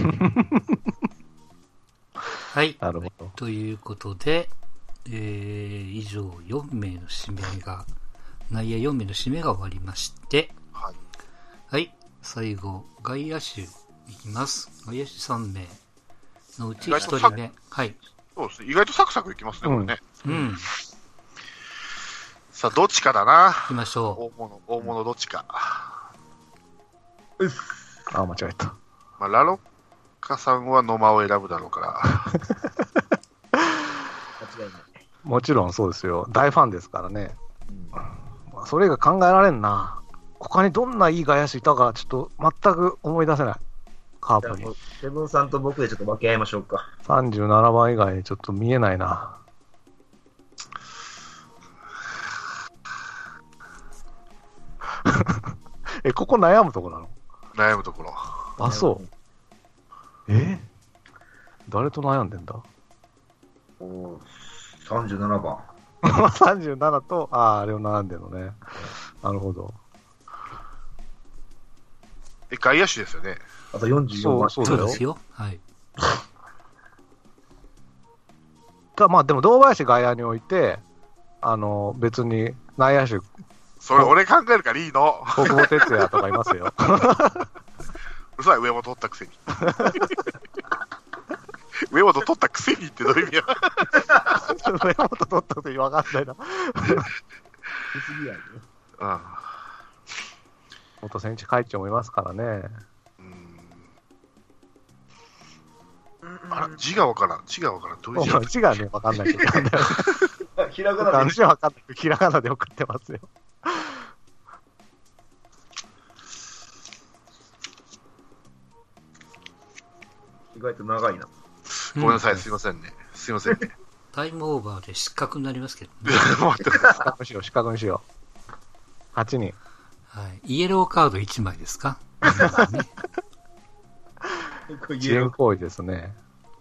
はい。 なるほど。 ということで、えー、以上よん名の指名が、内野よん名の指名が終わりまして、 はい。 はい。最後、外野手いきます。外野手さん名のうちひとりめ。はい。 そうですね。意外とサクサクいきますね、これね。 うん。うん、 さあ、どっちかだな。 行きましょう。大物、大物どっちか。 うっあ、間違えた。 まあ、ラロッカさんは野間を選ぶだろうから。 間違いない。 もちろんそうですよ。大ファンですからね。うん、それが考えられんな。他にどんないい外野手いたか、ちょっと全く思い出せない。カープに。 セブンさんと僕でちょっと分け合いましょうか。 さんじゅうななばん以外ちょっと見えないな。え、ここ悩むとこなの？ 悩むところ。 あ、そう。え誰と悩んでんだ？ おさんじゅうななばん。 さんじゅうななと、ああ、あれを悩んでるのね。なるほど。 え、外野手ですよね。 あとよんじゅうよんばん。 そうですよ。はい。 だまあでも堂林外野において、あの別に内野手、 それ俺考えるからいいの。 国保哲也とかいますよ。 うるさい、上本取ったくせに。上本取ったくせにってどういう意味や。 上本取ったことわかんないな。 薄ぎやね。 うん。 元選手会長もいますからね。 うんあら、字がわからん。字がわからん。どういう字だったもう字がね、わかんないけど。 ひらがなで漢字はわかんないけど、ひらがなで送ってますよ。 意外と長いな。 ごめんなさい、すいませんね。すいませんね。 タイムオーバーで失格になりますけどね。 待って四角にしよう、四角にしよう。はちにん。 はい。イエローカードいちまいですか、ね、 遅延行為ですね。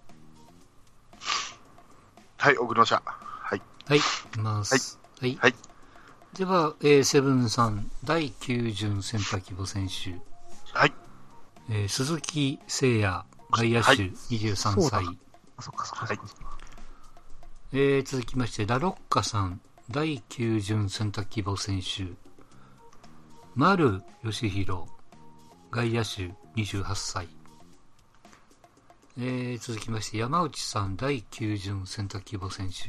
はい、送りました。はい。 はい、いきます。はい。 はいでは、えーセブンさん、だいきゅう巡選択希望選手。 はい。 えー鈴木誠也、外野手、 はいにじゅうさんさい。 あ、そっかそっかそっか。 えー続きまして、ラロッカさん、だいきゅう巡選択希望選手。丸義弘、外野手、にじゅうはっさい。えー続きまして、山内さん、だいきゅう巡選択希望選手。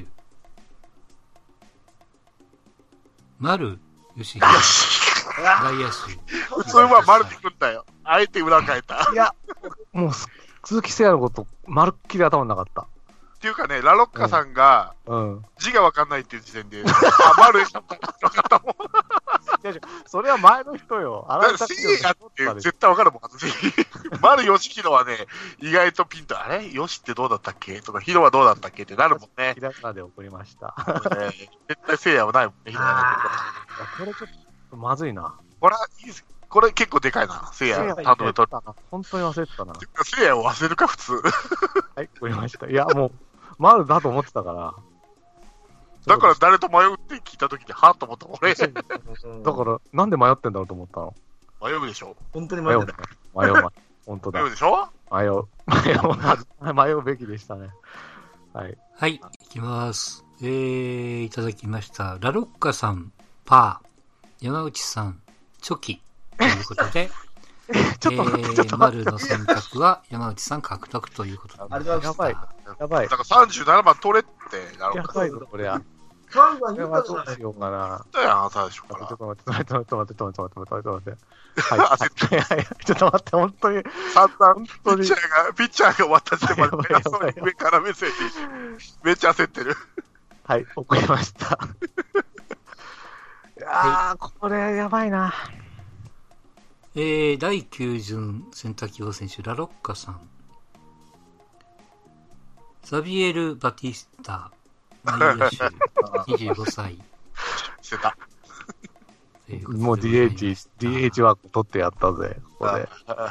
丸義弘、外野手。 普通は丸でくんだよ。あえて裏変えた。 いや、もう、鈴木誠也のこと、まるっきり頭になかった。 っていうかね、ラロッカさんがうん。 字がわかんないっていう時点で、あ、丸にしちゃったって分かったもん。 いやいやそれは前の人よ。あだから、せいやって絶対わかるもん、私。丸義弘はね、意外とピンと、あれよしってどうだったっけとか、ヒロはどうだったっけってなるもんね。 ひらがなで送りました。 えー絶対せいやはないもんね、ヒロあーこれちょっとまずいな。 これはいいです、これ結構でかいな、せいや、 せいや頼むと。 本当に忘れてたな。 せいやを忘れるか、普通。 はい、送りました。いや、もう、丸だと思ってたから。 だから誰と迷うって聞いたときに、はぁと思ったもん、俺。 だから、なんで迷ってんだろうと思ったの。 迷うでしょ本当に迷うね迷ってた。。 迷う、迷う。本当だ。 迷うでしょ迷う。迷うはず。迷うべきでしたね。はい。 はい、いきます。えー、いただきました。ラロッカさん、パー。山内さん、チョキ。ということで、 ちょっと待って、ちょっえー、 と待って。 丸の選択は山内さん獲得ということで。 ありがとうございやばい。やばいだ。からさんじゅうななばん取れって、なるほど。 やばいぞ、これは。 さんばんこれ言ったじゃないはどうし。ようかな。 だよ、最初からちょっ。と待って、ちょっと待って、ちょっと待って、ちょっと待って、ちょっと待って、ちょっと待って。はい。 焦いやいや、ちょっと待って、本当に。 散々、 本ピ当にッチャーが、ピッチャーが終わった時点まで、 やばいやばい上から目線に、めっちゃ焦ってる。 はい、送りました。いやー、これやばいな。 えー、だいきゅう巡選択希望選手、ラロッカさん。ザビエル・バティスタ、内野手、にじゅうごさい。 してた。 ということでもう ディーエイチ、ディーエイチ 枠取ってやったぜ、ここで。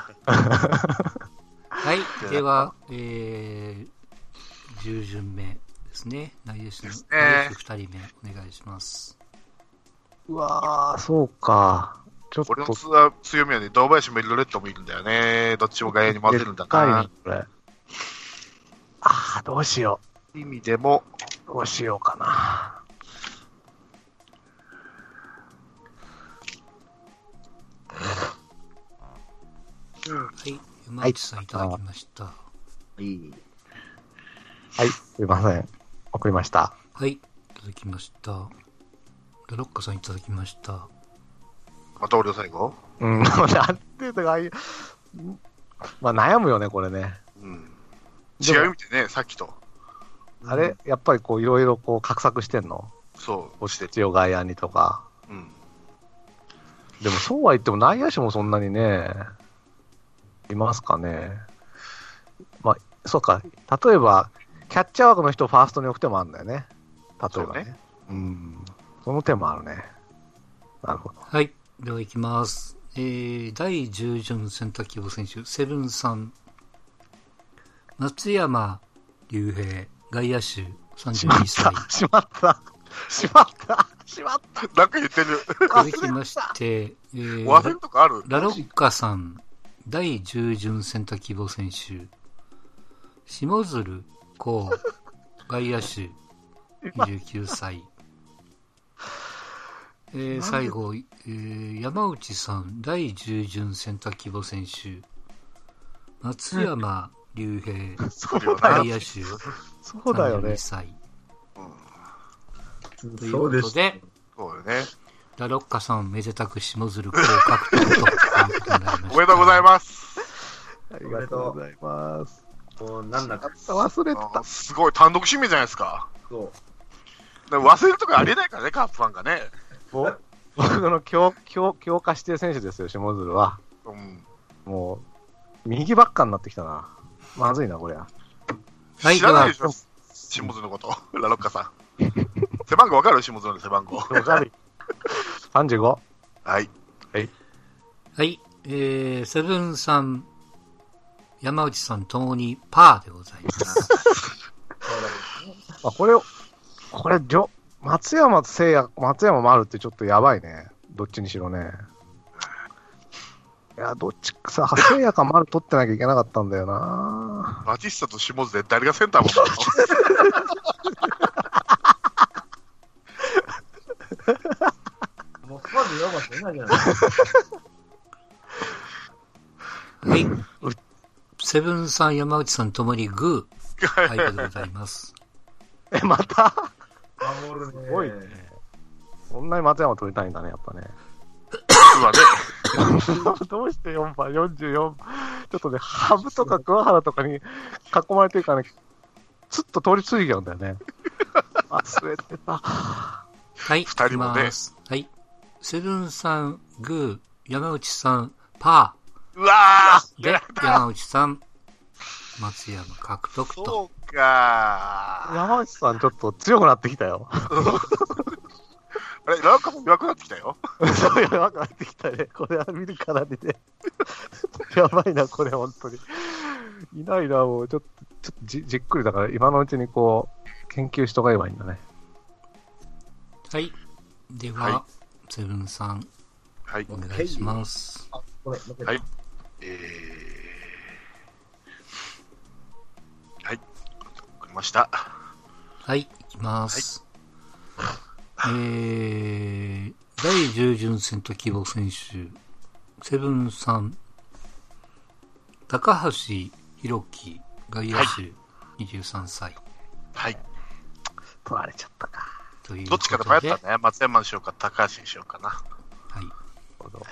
はい。では、えー、じゅう巡目ですね。内野手の、 ですね内野手ふたりめ、お願いします。 うわー、そうか。ちょっと、 俺のツアー強みはね、堂林もいるレッドもいるんだよね。どっちも外野に回せるんだなでっかいね。これ。あー、どうしよ意味でも、 う。どうしようかな。 はい。山内さんいただきました。 いい。 はい、すいません。送りました。 はい。いただきました。ラロッカさんいただきました。 また俺の最後うん、なんていうか、ああいう、まあ悩むよね、これね。 うん。 でも違う意味でね、さっきと。 あれ、やっぱりこう、いろいろこう、画策してんのそう、 こっちを外野にとか。 うん。 でもそうは言っても内野手もそんなにね、いますかね。まあ、そうか。例えば、キャッチャー枠の人をファーストに置く手もあるんだよね。例えばね。 そうねうん。その手もあるね。なるほど。 はい。では行きます。えー、だいじゅう巡選択希望選手、セブンさん。松山竜平、外野手、さんじゅうにさい。 しまった。しまった。しまった。 なんか言ってる。 続きまして、えー、 忘れるとかあるラロッカさん、だいじゅう巡選択希望選手、下鶴光、外野手、にじゅうきゅうさい。えー、最後、えー、山内さん、だいじゅう巡選択希望選手、松山竜平、 そうだよ。 外野手、 そうだよねさんじゅうに。さい。 ということで、 そうよね。 ラロッカさん、めでたく下鶴降格ということになりました。 おめでとうございます。 ありがとうございます。 もうなんだか、 忘れてた。 すごい、単独指名じゃないですか。 そう。 でも忘れるとかありえないからね、カープファンがね。 僕の強強強化指定選手ですよ、下鶴は。 うん、 もう、右ばっかになってきたな。まずいな、こりゃ。 はい、 知らないでしょ、下津のこと、ラロッカさん。背番号わかる？下津の背番号。 わかる。さんじゅうご。 はい。 はい。 はい、えー、セブンさん、山内さんともにパーでございます。 あ、これ、これ、じょ松山聖也、松山丸ってちょっとやばいね。どっちにしろね。いや、どっちかさ、聖也か丸取ってなきゃいけなかったんだよな。 バティスタと下津で誰がセンターもんだもうスパーズよばってないじゃないはい。セブンさん、山内さんともにグー。はい、でございます。 え、また守るね。 すごいね。そんなに松山取りたいんだね、やっぱね。 はね。 どうしてよんばん、よんじゅうよんばん。ちょっとね、ハブとか桑原とかに囲まれてるからね、ずっと通り過ぎちゃうんだよね。忘れてた。 はい、 二人もね。 はい。セブンさん、グー、山内さん、パー。うわー。で、山内さん、松山獲得と。 そうかー。 山内さんちょっと強くなってきたよ。 あれ、ラロッカも弱くなってきたよ。 そう、弱くなってきたね。これは見るからにね。やばいな、これ、本当に。いないな、もう、ちょっと、ちょっとじじっくりだから、今のうちにこう、研究しとかえばいいんだね。 はい。では、はい、セブンさん、 はい、 お願いします。 あ、ごめん、待って。 はい。えー、はい。送りました。 はい、いきます。はいえー、だいじゅう巡選択希望選手、セブンさん、高橋宏樹、外野手、はい、にじゅうさんさい。 はい。 取られちゃったか。 というどっちかで迷ったね。松山にしようか、高橋にしようかな。はい。 はい、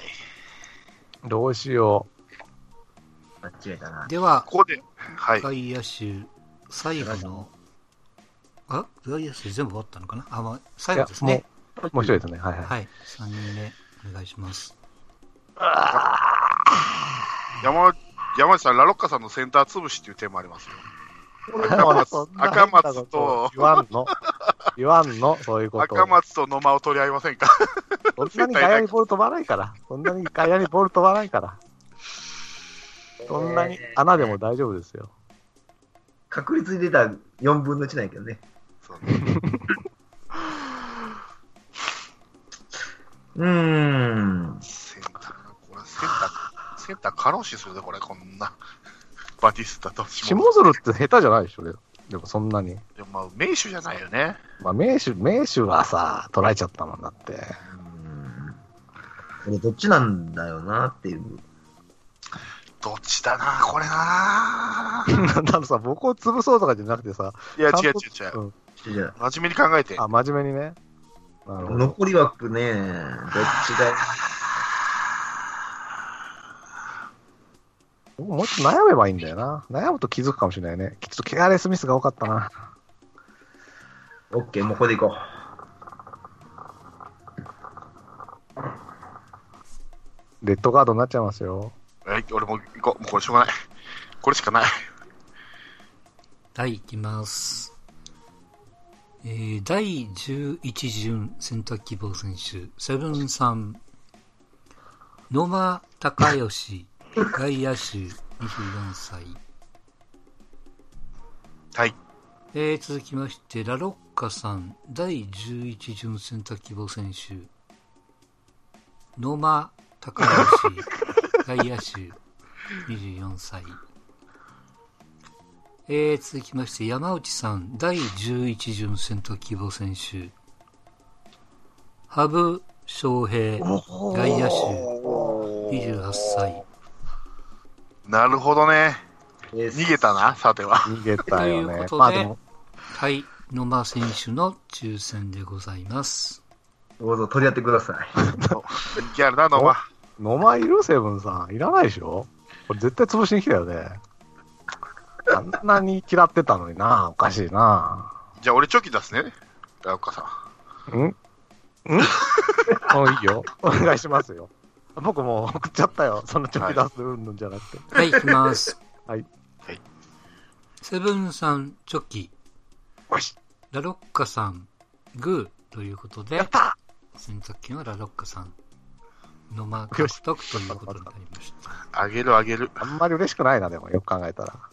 どうしよう。間違えたな。 では、 ここで、はい、 外野手、最後の、あ、外野手全部終わったのかなあ、まあ、最後ですね。 もう、もう一人ですね。はいはい。 はい。さんにんめ、お願いします。 山、山内さん、ラロッカさんのセンター潰しっていうテーマありますよ。赤松、赤松と、 言わんの。言わんの、そういうこと。 赤松と野間を取り合いませんかそんなに外野にボール飛ばないから。そんなに外野にボール飛ばないから。そんなに穴でも大丈夫ですよ。 確率に出たよんぶんのいちないけどね。そうね。うーん。 センター、これセンター、センター過労死するで、これ、こんな。バティスタと下鶴って下手じゃないでしょ、でもそんなに。 でもまあ、名手じゃないよね。 まあ、名手、名手はさ、捉えちゃったもんだって。 これどっちなんだよなっていう。 どっちだな、これな。 なんだろうさ、僕を潰そうとかじゃなくてさ。 いや、違う違う違う。うん、真面目に考えて。 あ、真面目にね。 なるほど。残り枠ね、どっちだよ。 もうちょっと悩めばいいんだよな。悩むと気づくかもしれないね。ちょっとケアレスミスが多かったな。 オッケー、もうこれでいこう。レッドカードになっちゃいますよ。 はい、俺も行こう。もうこれしょうがない。これしかない。 はい、いきます。えー、だいじゅういち巡選択希望選手、セブンさん、野間隆義、外野手、にじゅうよんさい。 はい。 えー、続きまして、ラロッカさん、だいじゅういち巡選択希望選手、野間隆義、外野手、にじゅうよんさい。えー、続きまして、山内さん、だいじゅういち巡選択希望選手、羽生翔平、外野手、にじゅうはっさい。 なるほどね。逃げたな、さては。 逃げたよね。 ということで、まあ、でもはい、 野間選手の抽選でございます。 どうぞ取り合ってください。 人気あるな、野間。 野間いるセブンさん。いらないでしょこれ絶対潰しに来たよね。あんなに嫌ってたのにな。おかしいな。 じゃあ俺チョキ出すね。ラウカさん。 んんもういいよ。お願いしますよ。僕もう送っちゃったよ。そのチョキ出すうんぬんじゃなくて。 はい、いきます。 はい。 はい。 セブンさん、チョキ。 よし。 ラロッカさん、グーということで、 やった選択権はラロッカさん。野間獲得ということになりました。 あげるあげる。 あんまり嬉しくないな、でもよく考えたら。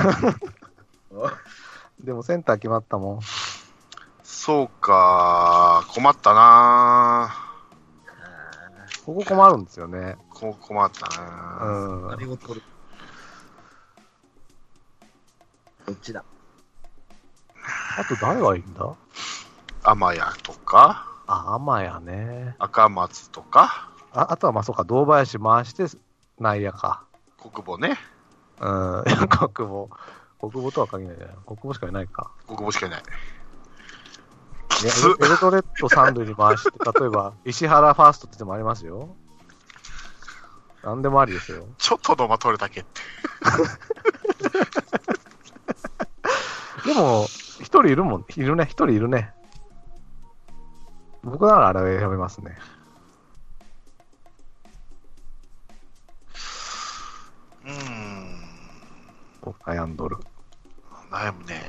でもセンター決まったもん。 そうか、困ったな。 ここ困るんですよね。 こう困ったうな。 ん。 何を取る？どっちだ？ あと誰がいいんだ？ 天谷とか、 あ、天谷ね。 赤松とか、 ああとはまあそうか、堂林回して内野か。 国母ね。 うん。国母。国母とは限らないじゃない。国母しかいないか。 国母しかいない。 ね、エルドレッド三塁に回して、例えば、石原ファーストってでもありますよ。なんでもありですよ。 ちょっと野間取れたけって。 でも、一人いるもん、いるね、一人いるね。僕ならあれを選びますね。 うーん。 僕悩んどる。 悩むね。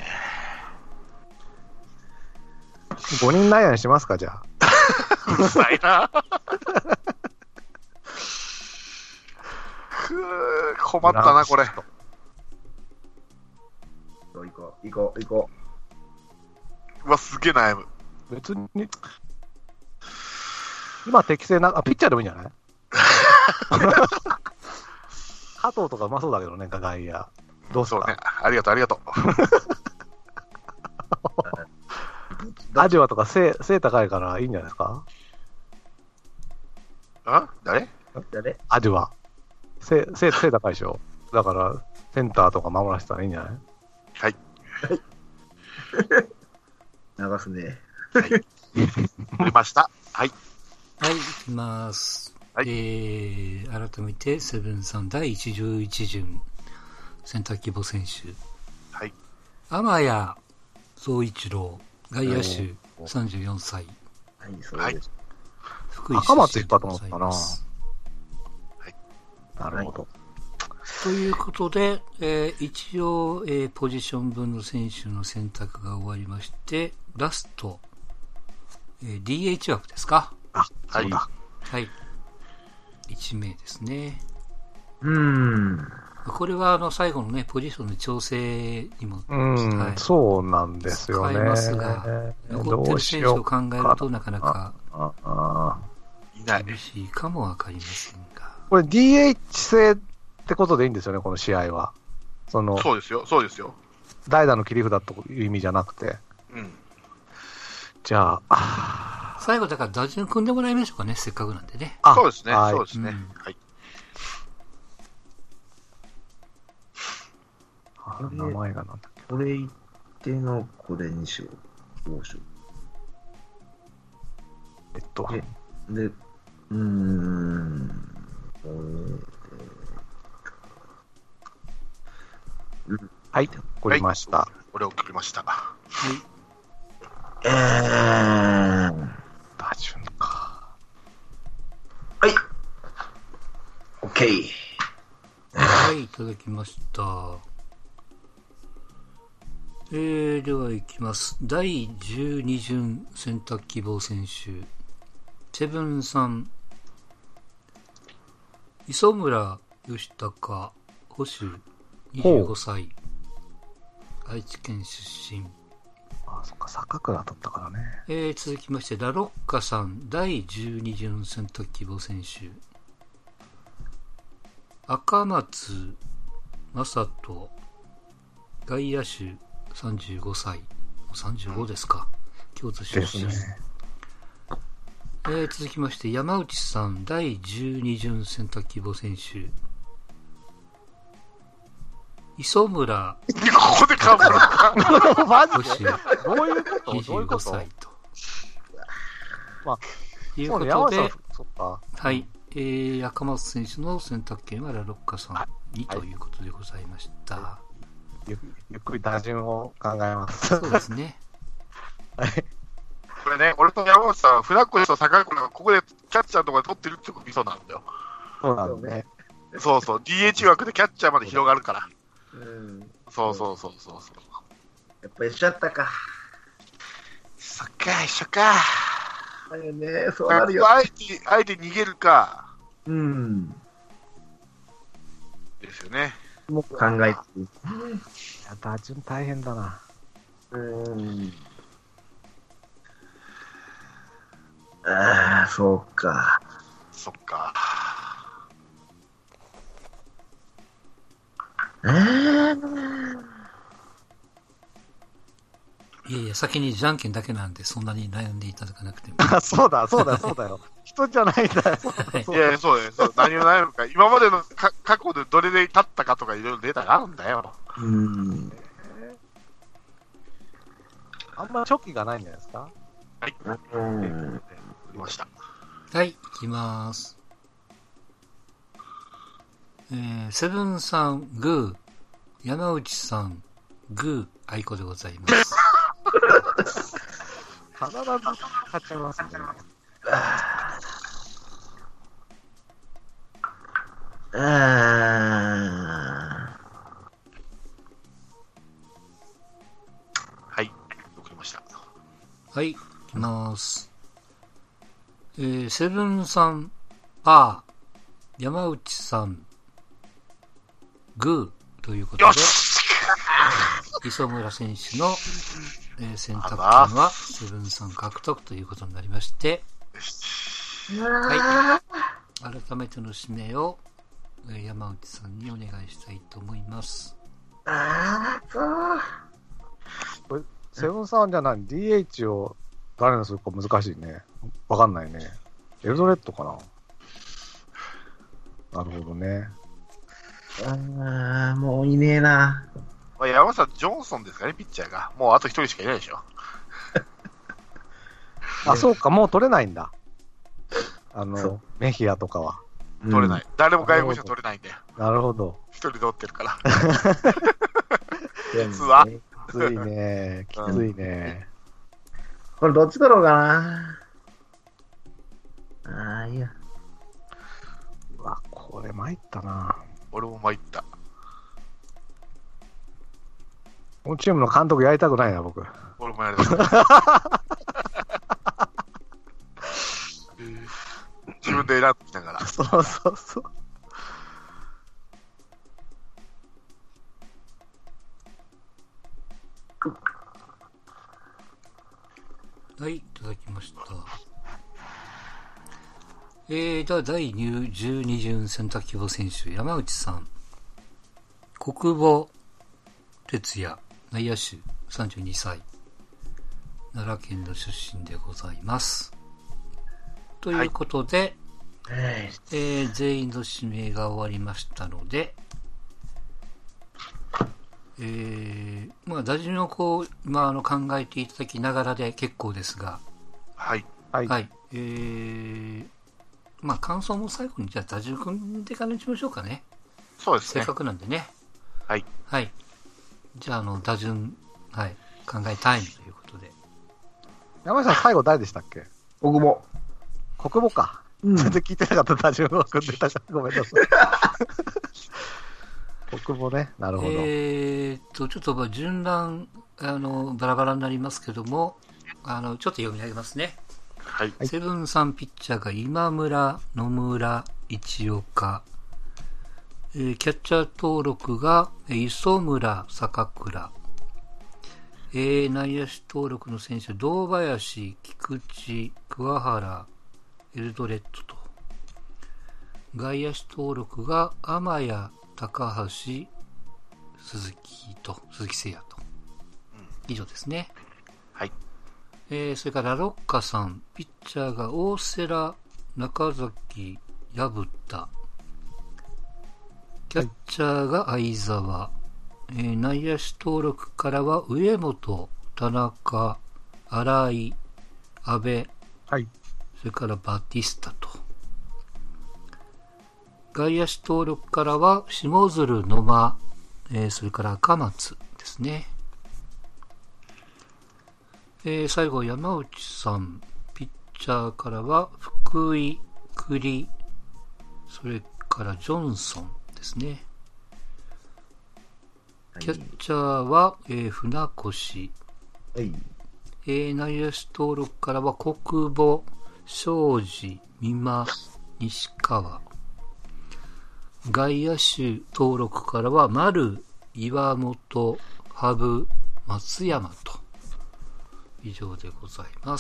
ごにん内野にしますか、じゃあ。 うるさいな。くー、困ったな、これ。 行こう、行こう、行こうわ、すげえ悩む。 別に、今適正な、あ、ピッチャーでもいいんじゃない加藤とかうまそうだけどね、外野。どうすかそうね。ありがとう、ありがとう。 アジワとか背、背高いからいいんじゃないですか。 あ誰う。誰？ アジワ。背、背、背高いでしょ。だから、センターとか守らせたらいいんじゃない？ はい。 流すね。 取りました。はい。 はい、いきます。 はいえー、改めて、セブンさんだいいちじゅういち巡、選択希望選手。 はい。 天谷総一郎、外野手、さんじゅうよんさい。 はい、そうです。 福井出赤松身行ったと思ったなでございますなるほど。 ということで、えー一応、えーポジション分の選手の選択が終わりまして、ラスト、えーディーエイチ 枠ですか？ あ、 はいそうだ。 はい。いち名ですね。 うーん。 これはあの最後のね、ポジションの調整にも、 うん、 はいそうなんですよね。 使えますが残ってる選手を考えるとなかなかああいない。 厳しいかもわかりませんが。 これ ディーエイチ 制ってことでいいんですよね、この試合は。その、 そうですよ、そうですよ。 代打の切り札という意味じゃなくて。 うん。 じゃあ、 最後だから打順組んでもらいましょうかね、せっかくなんでね。 あそうですね、 はいそうですね。 うんはい。 あ名前がなんだっけ。 これ言ってのこれにしよう。どうしよえっと、 えう。で、うーん。こはい、送りました。 俺を送りました。 れ、えー、 打順か。 はい。オッケー。 はい、いただきました。えー、では行きます。だいじゅうに巡選択希望選手。セブンさん、磯村義孝、保守、にじゅうごさい。愛知県出身。 あ、そっか、坂倉だったからね。 えー、続きまして、ラロッカさん、だいじゅうに巡選択希望選手。赤松正人、外野手、さんじゅうごさい。さんじゅうごですか。京都出身。 ですね。 えー、続きまして、山内さん、だいじゅうに巡選択希望選手。 磯村ここでかぶるか。 マジ星でどういうことどういう 25 こと歳と。 まあ、 いうそうね、 ことで山内さん、、そっか。 はい。えー、赤松選手の選択権はラロッカさんにということでございました。 ゆゆっくり打順を考えます。 そうですね。 はい。 これね、俺と山内さん、船越と坂倉がここでキャッチャーのところで取ってるってことミソなんだよ。 そうなんだね。 そうそう、ディーエイチ 枠でキャッチャーまで広がるから。 うん。 そうそうそうそうそう。 やっぱ一緒だったか。 そっか、一緒か。 だよね、そうなるよ。 あえて、あえて逃げるか、 うん。 ですよね。 もう考えていい。 いや、打順大変だな。 うん。ああ、そうか。 そっか。 えー、 いやいや、先にじゃんけんだけなんで、そんなに悩んでいただかなくても。 あ、そうだ、そうだ、そうだよ。人じゃないんだよ。そうだそうだいやいや、そうだよ。そう何を悩むか。今までのか過去でどれで立ったかとかいろいろデータがあるんだよ。 うん。 あんまりチョキがないんじゃないですか。 うん。 いました。 はい、いきまーす。えー、セブンさん、グー、山内さん、グー、アイコでございます。 必ず勝っちゃいますね。 ああ。 はい。送りました。 はい、いきまーす。えー、セブンさん、パー、山内さん、グーということで、 よし磯村選手の、えー選択権はセブンさん獲得ということになりまして、はい、改めての指名を、えー山内さんにお願いしたいと思います。 ああ、そう。 これ、セブンさんじゃない、ディーエイチ を誰にするか難しいね。わかんないね。エルドレッドかな。なるほどね。 ああ、もういねえな。 まあ、山下ジョンソンですかね、ピッチャーが。もうあと一人しかいないでしょ。 あ、そうか、もう取れないんだ。あその、メヒアとかは。 取れない。い。誰も外国人は取れないんで。 なるほど。 一人で取ってるから。 うん。 実はきついね。きついね。 これどっちだろうかな。ああ、いや。 うわ、これ参ったな。 俺も参った。 このチームの監督やりたくないな、僕。 俺もやれた。自分で選んできながら。 そうそうそう。 はい、いただきました。えー、ではだいじゅうに巡選択希望選手、山内さん。国母哲也、内野手、さんじゅうにさい。奈良県の出身でございます。ということで、 はい。 えー全員の指名が終わりましたので、えー、まあ、打順をこう、まあ、あの、考えていただきながらで結構ですが、 はい。 はい。 はい、えー、まあ、感想も最後に、じゃあ打順組んでからにしましょうかね。 そうですねせっか。くなんでね。 はい。 はい。じゃあ、あの、打順、はい、考えタイムということで。 山下さん、最後誰でしたっけ？ 僕も。 国母か。 うん。 全然聞いてなかった打順を組んでたから、ごめんなさい。国母ね。なるほど。 えーっと、ちょっとまあ順番、あの、バラバラになりますけども、あの、ちょっと読み上げますね。 はい。 はいセブンさんピッチャーが今村、野村、一岡、えーキャッチャー登録がえー磯村、坂倉、えー内野手登録の選手、堂林、菊池、桑原、エルドレッドと、外野手登録が天谷、高橋、鈴木と、鈴木誠也と、以上ですね。 はい。 えーそれからラロッカさん、ピッチャーが大瀬良、中崎、薮田、キャッチャーが相澤、 えー内野手登録からは上本、田中、新井、阿部、 はい。 それからバティスタと。外野手登録からは下鶴、野間、えーそれから赤松ですね。えー最後山内さん、ピッチャーからは福井、栗、それからジョンソンですね。キャッチャーは、えー船越、 はい。 えー内野手登録からは国母、庄司、美馬、西川。外野手登録からは丸、岩本、羽生、松山と。以上でございます。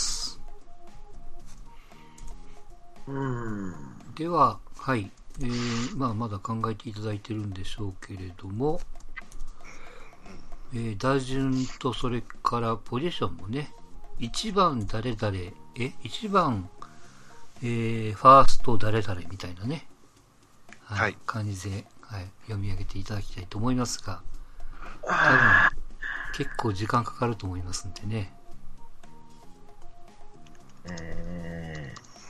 うーん。 では、はい。えー、まあ、まだ考えていただいてるんでしょうけれども、えー打順とそれからポジションもね、いちばん誰々、え、いちばん、えーファースト誰々みたいなね、はいはい感じで、はい、読み上げていただきたいと思いますが、多分結構時間かかると思いますんでね。 え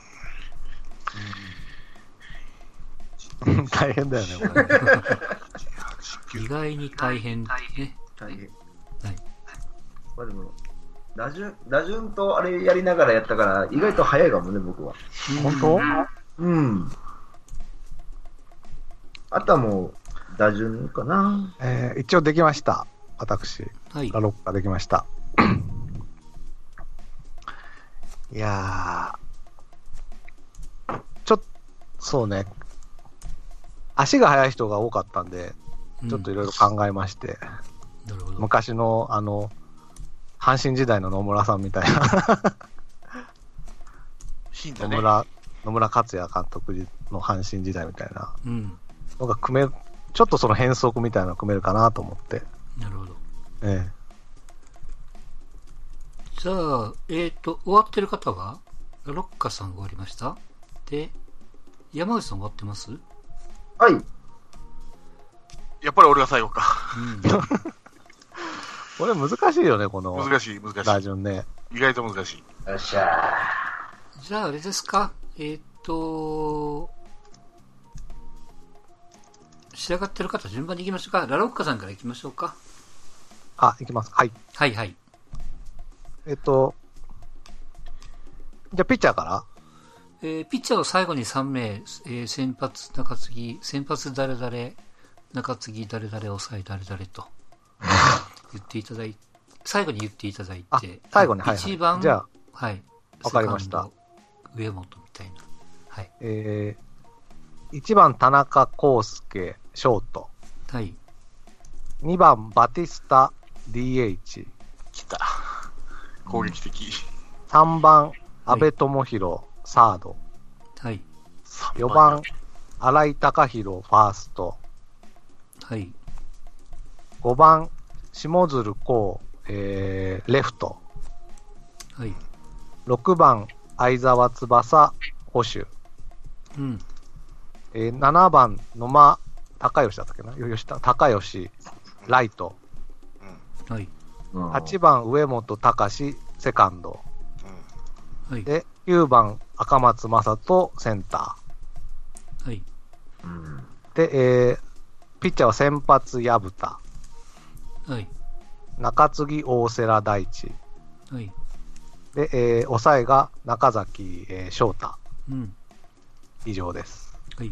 大変だよね、これ。 意外に大変ね。 ー、大変。 はい。 まあでも、打順、打順とあれやりながらやったから、意外と早いかもね、僕は。 本当？ うん。あとはもう、打順かな。 えー一応できました。私、 はい。 ラロッカできました。いやー、ちょっと、そうね、足が速い人が多かったんで、ちょっといろいろ考えまして、 なるほど。 昔の、あの、阪神時代の野村さんみたいな、 ヒントね。 野村、野村克也監督の阪神時代みたいなうん。 のが組める、ちょっとその変則みたいなの組めるかなと思って、 なるほど。 えじゃあ、えっ、と、終わってる方は、ラロッカさん終わりました。で、山口さん終わってます？うん。 はい。 やっぱり俺が最後か。 えこれ難しいよね、この難しい、難し打順ね。 い。意外と難しい。 よっしゃじゃあ、あれですか。えっ、と、仕上がってる方順番に行きましょうか。ラロッカさんから行きましょうか。 あ、いきます。はい。 はいはい。 えっと、じゃあ、ピッチャーからえーピッチャーを最後にさん名、えー先発中継ぎ、先発誰々、中継ぎ誰々、抑え誰々と言っていただいて、最後に言っていただいあて、 最後にはいはい一番、 じゃあはい、 わかりましたセカンド上本みたいな。はい。 えー、いちばん田中康介、ショート。 はい。 にばんバティスタ、ディーエイチ。 来た。攻撃的。 さんばん阿部智弘、サード。 はい。 よばん新井貴弘、ファースト。 はい。 ごばん下鶴光、えー、レフト。 はい。 ろくばん相澤翼、捕手。 うん。 えー、ななばん野間高義だったっけな吉田高義、ライト。 はい。 ー。 はちばん上本隆、セカンド。 はい。 で、きゅうばん赤松正人、センタはい。 うん。 ー。で、えー、ピッチャーは先発薮田。 はい。 中継ぎ大瀬良大地。 はい。 で、えー、抑えが中崎、えー、翔太。 うん。 以上です。 はい。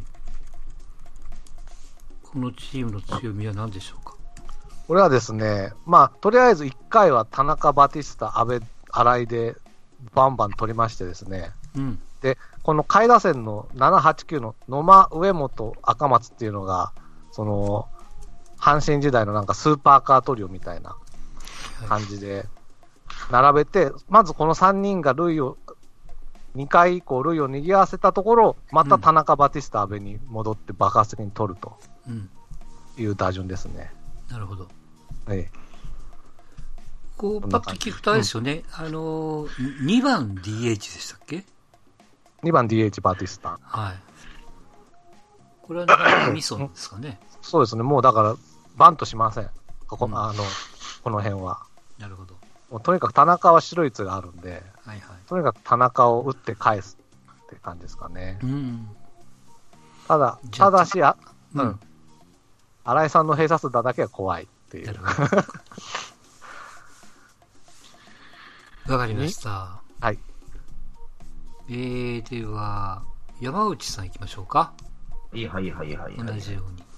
このチームの強みは何でしょうか？ これはですね、まあ、とりあえずいっかいは田中、バティスタ、阿部、新井でバンバン取りましてですね、 うん。 で、この下位打線のなな、はち、きゅうの野間、上本、赤松っていうのが、その、阪神時代のなんかスーパーカートリオみたいなはい。 感じで並べて、まずこのさんにんが塁を、にかい以降塁を賑わせたところ、また田中、バティスタ、阿部に戻って爆発的に取るとうん。 いう打順ですね。 なるほど。 ええ、 こう、 こんパッとな感じ聞くとあれですよね。あのー、にばん ディーエイチ でしたっけ？ にばん ディーエイチ バティスタ。 はい。これはなかなかミソですかね。 そうですね、もうだから、バントしません。 ここ、 うんあの、この辺は。 なるほど。 もうとにかく田中は白い率があるんで、 はいはい。 とにかく田中を打って返すって感じですかね。 うん。 ただ、 じゃあただし、あ、 ううんん。新井さんの閉鎖数だけは怖いっていう。 なるほど。わかりました。 はい。 えー、では、山内さん行きましょうか。 はいはいはいはい、はい。 同じように。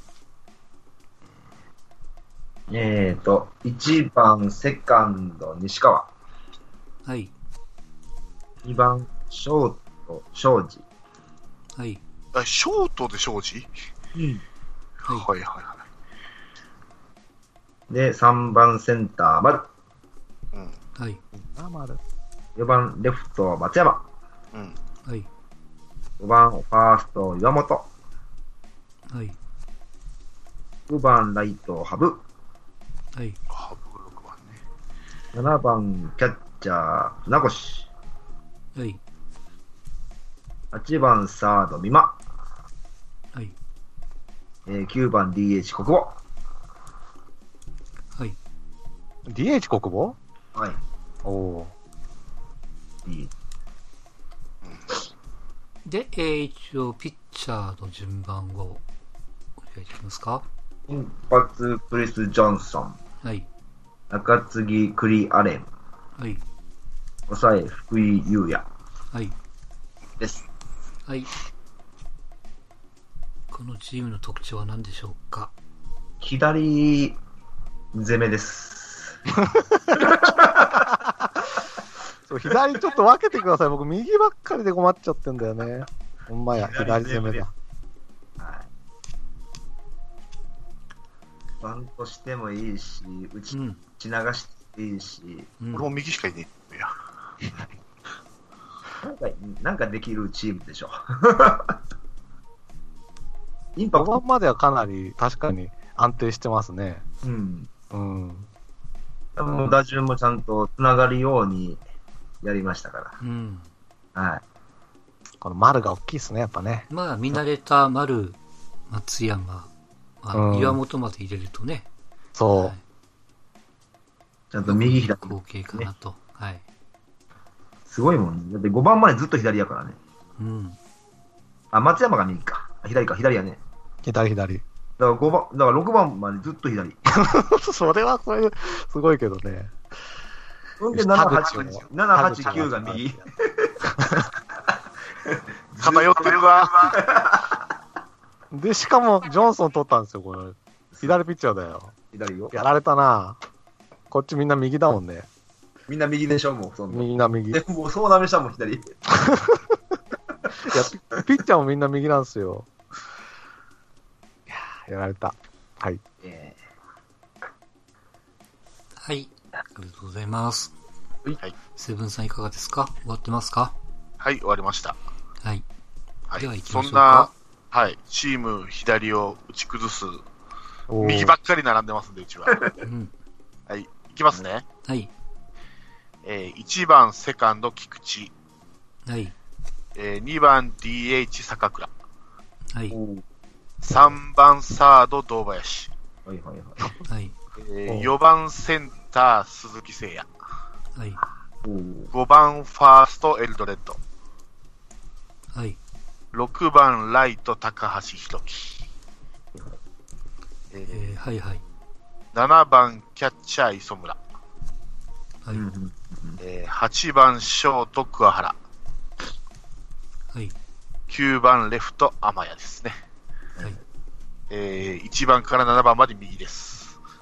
えーと、いちばんセカンド西川。 はい。 にばんショート庄司。 はい。 あショートで庄司、 うん。 はい。 はいはいはで、さんばんセンター丸。 い。うん。 はい。 あ、まる。 よばんレフト松山。 うん。 はい。 ごばんファースト岩本。 はい。 ろくばんライト羽生。 はい。 ハブろくばんね。 ななばんキャッチャー船越。 はい。 はちばんサード美馬。 はい。 えー、きゅうばん ディーエイチ 国保。 はい。 ディーエイチ 国保はい。 おおディーエイチ。 で、えー、一応、ピッチャーの順番をお願いできますか。 先発クリス・ジョンソン。 はい。 中継ぎクリ・アレン。 はい。 抑え福井優也はい。 です。 はい。このチームの特徴は何でしょうか。 左攻めです。 そう、左ちょっと分けてください。僕、右ばっかりで困っちゃってんだよね。ほんまや、左攻めだ。 はい。バントしてもいいし、打ち,、 うん。 打ち流していいし、 うん、 俺も右しかいねえ。いや。 なんか、なんかできるチームでしょ。インパクごばト。 んまではかなり確かに安定してますね。 うん。 うん。 もう打順もちゃんとつながるようにやりましたかうん。 ら。はい。 この丸が大きいですね、やっぱね。 まあ、見慣れた丸、松山、まあうん岩本まで入れるとね、 そう。 はいちゃんと右左。 合計かなと。はい。 すごいもん。だってごばんまでずっと左やからね。 うん。 あ、松山が右か。あ左か、左やね。 左左。 だからごばん、だからろくばんまでずっと左。 それはそれ、すごいけどね。 ほんでなな、はち、 田口もなな、はち、きゅうが右。 偏ってるわ。 で、しかも、ジョンソン取ったんですよ、これ。左ピッチャーだよ。 左よ。 やられたなこっちみんな右だもんね。 みんな右でしょ、もう。そんな。 みんな右。いや、 でもうそうなめしたもん、左。 ピピッチャーもみんな右なんですよ。いやーやられた。はい。 えはい。ありがとうございます。 はい。 セブンさんいかがですか？終わってますか？ はい、終わりました。 はい。 はい。 では行きましょそなうんか、 はい、チーム左を打ち崩す、 おー右ばっかり並んでますんで、うちは。 うん。 はい、いきますね。 はい。 えー、いちばんセカンド菊池、 はい。 えー、にばん ディーエイチ 坂倉、 はい。 ー、 さんばんサード堂林、 はいはいはい。 はい。 えー、 おうよばんセンター鈴木誠也、 はい。 おーごばんファーストエルドレッド、 はい。 ろくばんライト高橋宏樹、えー、 えー、はいはい。 ななばんキャッチャー磯村、 はい。 うんうんえー、はちばんショート桑原、 はい。 きゅうばんレフト天谷ですね。 はい。 えー、いちばんからななばんまで右です。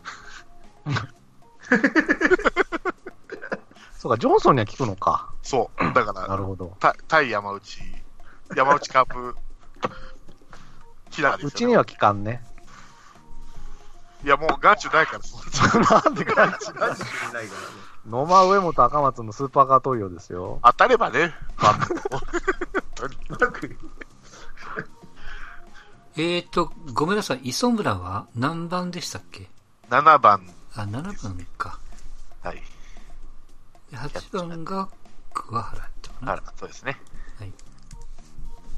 そうか、ジョンソンには効くのか。 そう。だかなら、 るほど。 た対山内、山内カープ、キラーですよ、ね。 うちには効かんね。 いや、もう眼中ないから、そなんでか、 ガチでないからね。 野間上本赤松のスーパーカートリオですよ。 当たればね、まあ、 えーと、ごめんなさい。磯村は何番でしたっけ？ ななばん、 あ、ななばんか。 はい。 ではちばんが桑原だったかな。 あら、そうですね。 はい。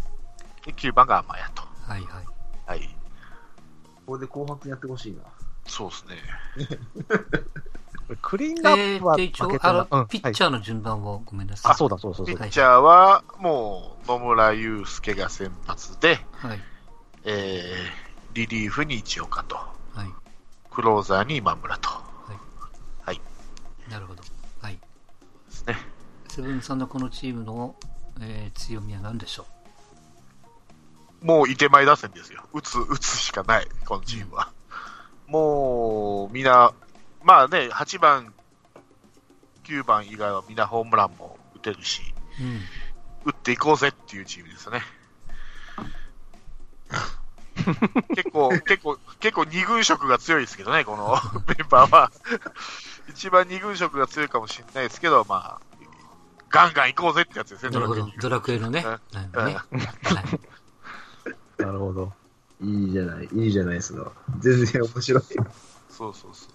で、きゅうばんが天谷と。 はいはい。 はい。 ここで後半やってほしいな。 そうですね。 クリーンアップはえー、で、一応、あ負けてな、 の、 うんはいピッチャーの順番をごめんなさい。 あ、そうだ、そうそうそう。 ピッチャーは、もう、野村祐介が先発で、 はい。 えー、リリーフに一岡と、 はい。 クローザーに今村と、 なるほど。はい。 ですね。 セブンさんのこのチームの、えー、強みは何でしょもう、いてまい打線ですよ。打つ、打つしかない、このチームは。もう、みんな、まあね、はちばん、きゅうばん以外はみんなホームランも打てるし、 う？うん。 打っていこうぜっていうチームですよね。結構、結構、結構二軍色が強いですけどね、このメンバーは。一番二軍色が強いかもしれないですけど、まあ、ガンガン行こうぜってやつですね、 なるほど。ドラクエのね。 うんなんかね。はい。 なるほど。 いいじゃない、いいじゃないですか。全然面白い。 そうそうそうそう。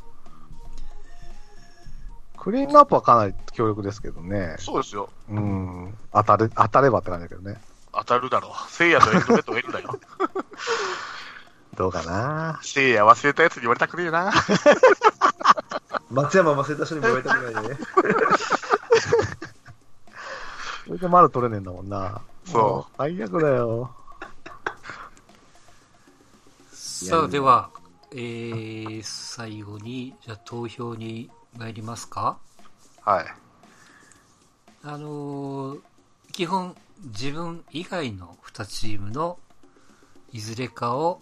クリーンアップはかなり強力ですけどね。 そうですよ。 うん。当たれ、当たればって感じだけどね。 当たるだろう。聖夜とエルドベットがいるんだよ。 どうかな。 聖夜忘れたやつに言われたくねえな。 松山忘れた人にも言われたくないね。 それで丸取れねえんだもんな。 そうもう最悪だよ。 さあ、では、えー、最後に、じゃあ投票に参りますか。 はい。 あのー基本、自分以外のにチームのいずれかを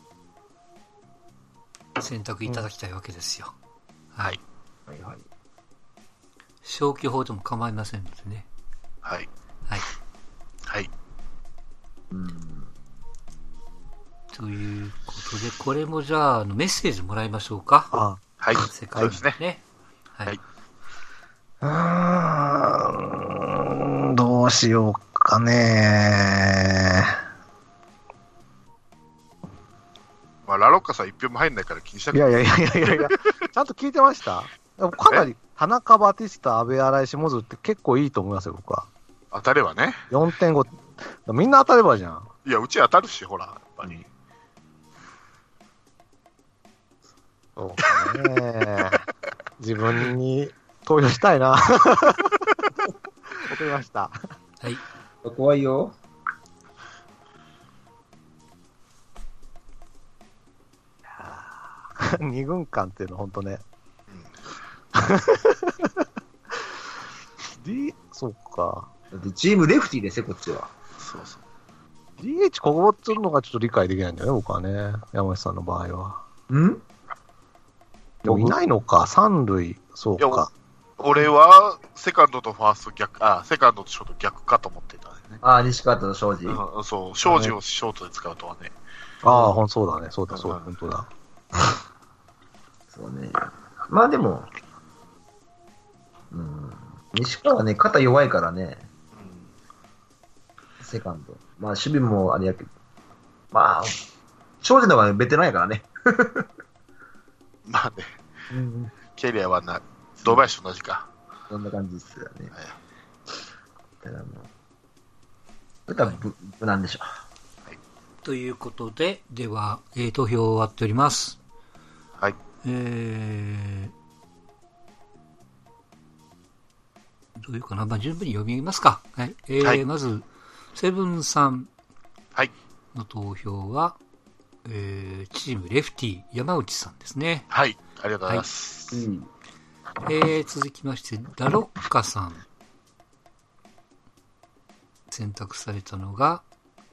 選択いただきたいわけですよ。はい。 はいはい。 消去法でも構いませんのでね。 はい。 はい。 はい。 うん。 ということで、これもじゃあ、あのメッセージもらいましょうか。 あはい。 せっかくそうですね。 はい。 はいあ。うーん、どうしようかね。 まあ、ラロッカさん一票も入んないから気にしなくていやいやいやいやいやいや、ちゃんと聞いてましたでもかなり、田中、バティスタ、安倍、荒井、下津って結構いいと思いますよ、僕は。 当たればね。 よんてんご。みんな当たればじゃん。 いや、うち当たるし、ほら、やっぱり。 そうかね。自分に投票したいな。わかりました。 はい。 怖いよ。 二軍間っていうの本当ね。D、そうか。 だってチームレフティーですよ、こっちは。 そうそう。 ディーエイチ ここつるのがちょっと理解できないんだよね、僕はね。山内さんの場合は。 んでもいないのか、三塁、そういやか。 俺は、セカンドとファースト逆、あ、セカンドとショート逆かと思ってたんだよね。 ああ、西川と庄司。 うん、そう、庄司をショートで使うとはね。 ああ、ほんそうだね、そうだ、そうだ、 うん本当だ。 そうね。まあでも、うん。西川はね、肩弱いからね、セカンド。まあ守備もあれやけど、まあ、庄司の方がベテランやからね。 まあね、 うん。 キャリアはな、堂林と同じか。 そんな感じですよね。 はいただもう、それから無無難でしょということで、では、えー投票終わっております。 はい。 えー、どういうかな、まあ、順番に読み上げますか。はい。えーはいまず、セブンさんはい。 の投票は、えー、チームレフティー、山内さんですね。 はい。ありがとうございます。 う。うん。 えー、続きまして、ラロッカさん。選択されたのが、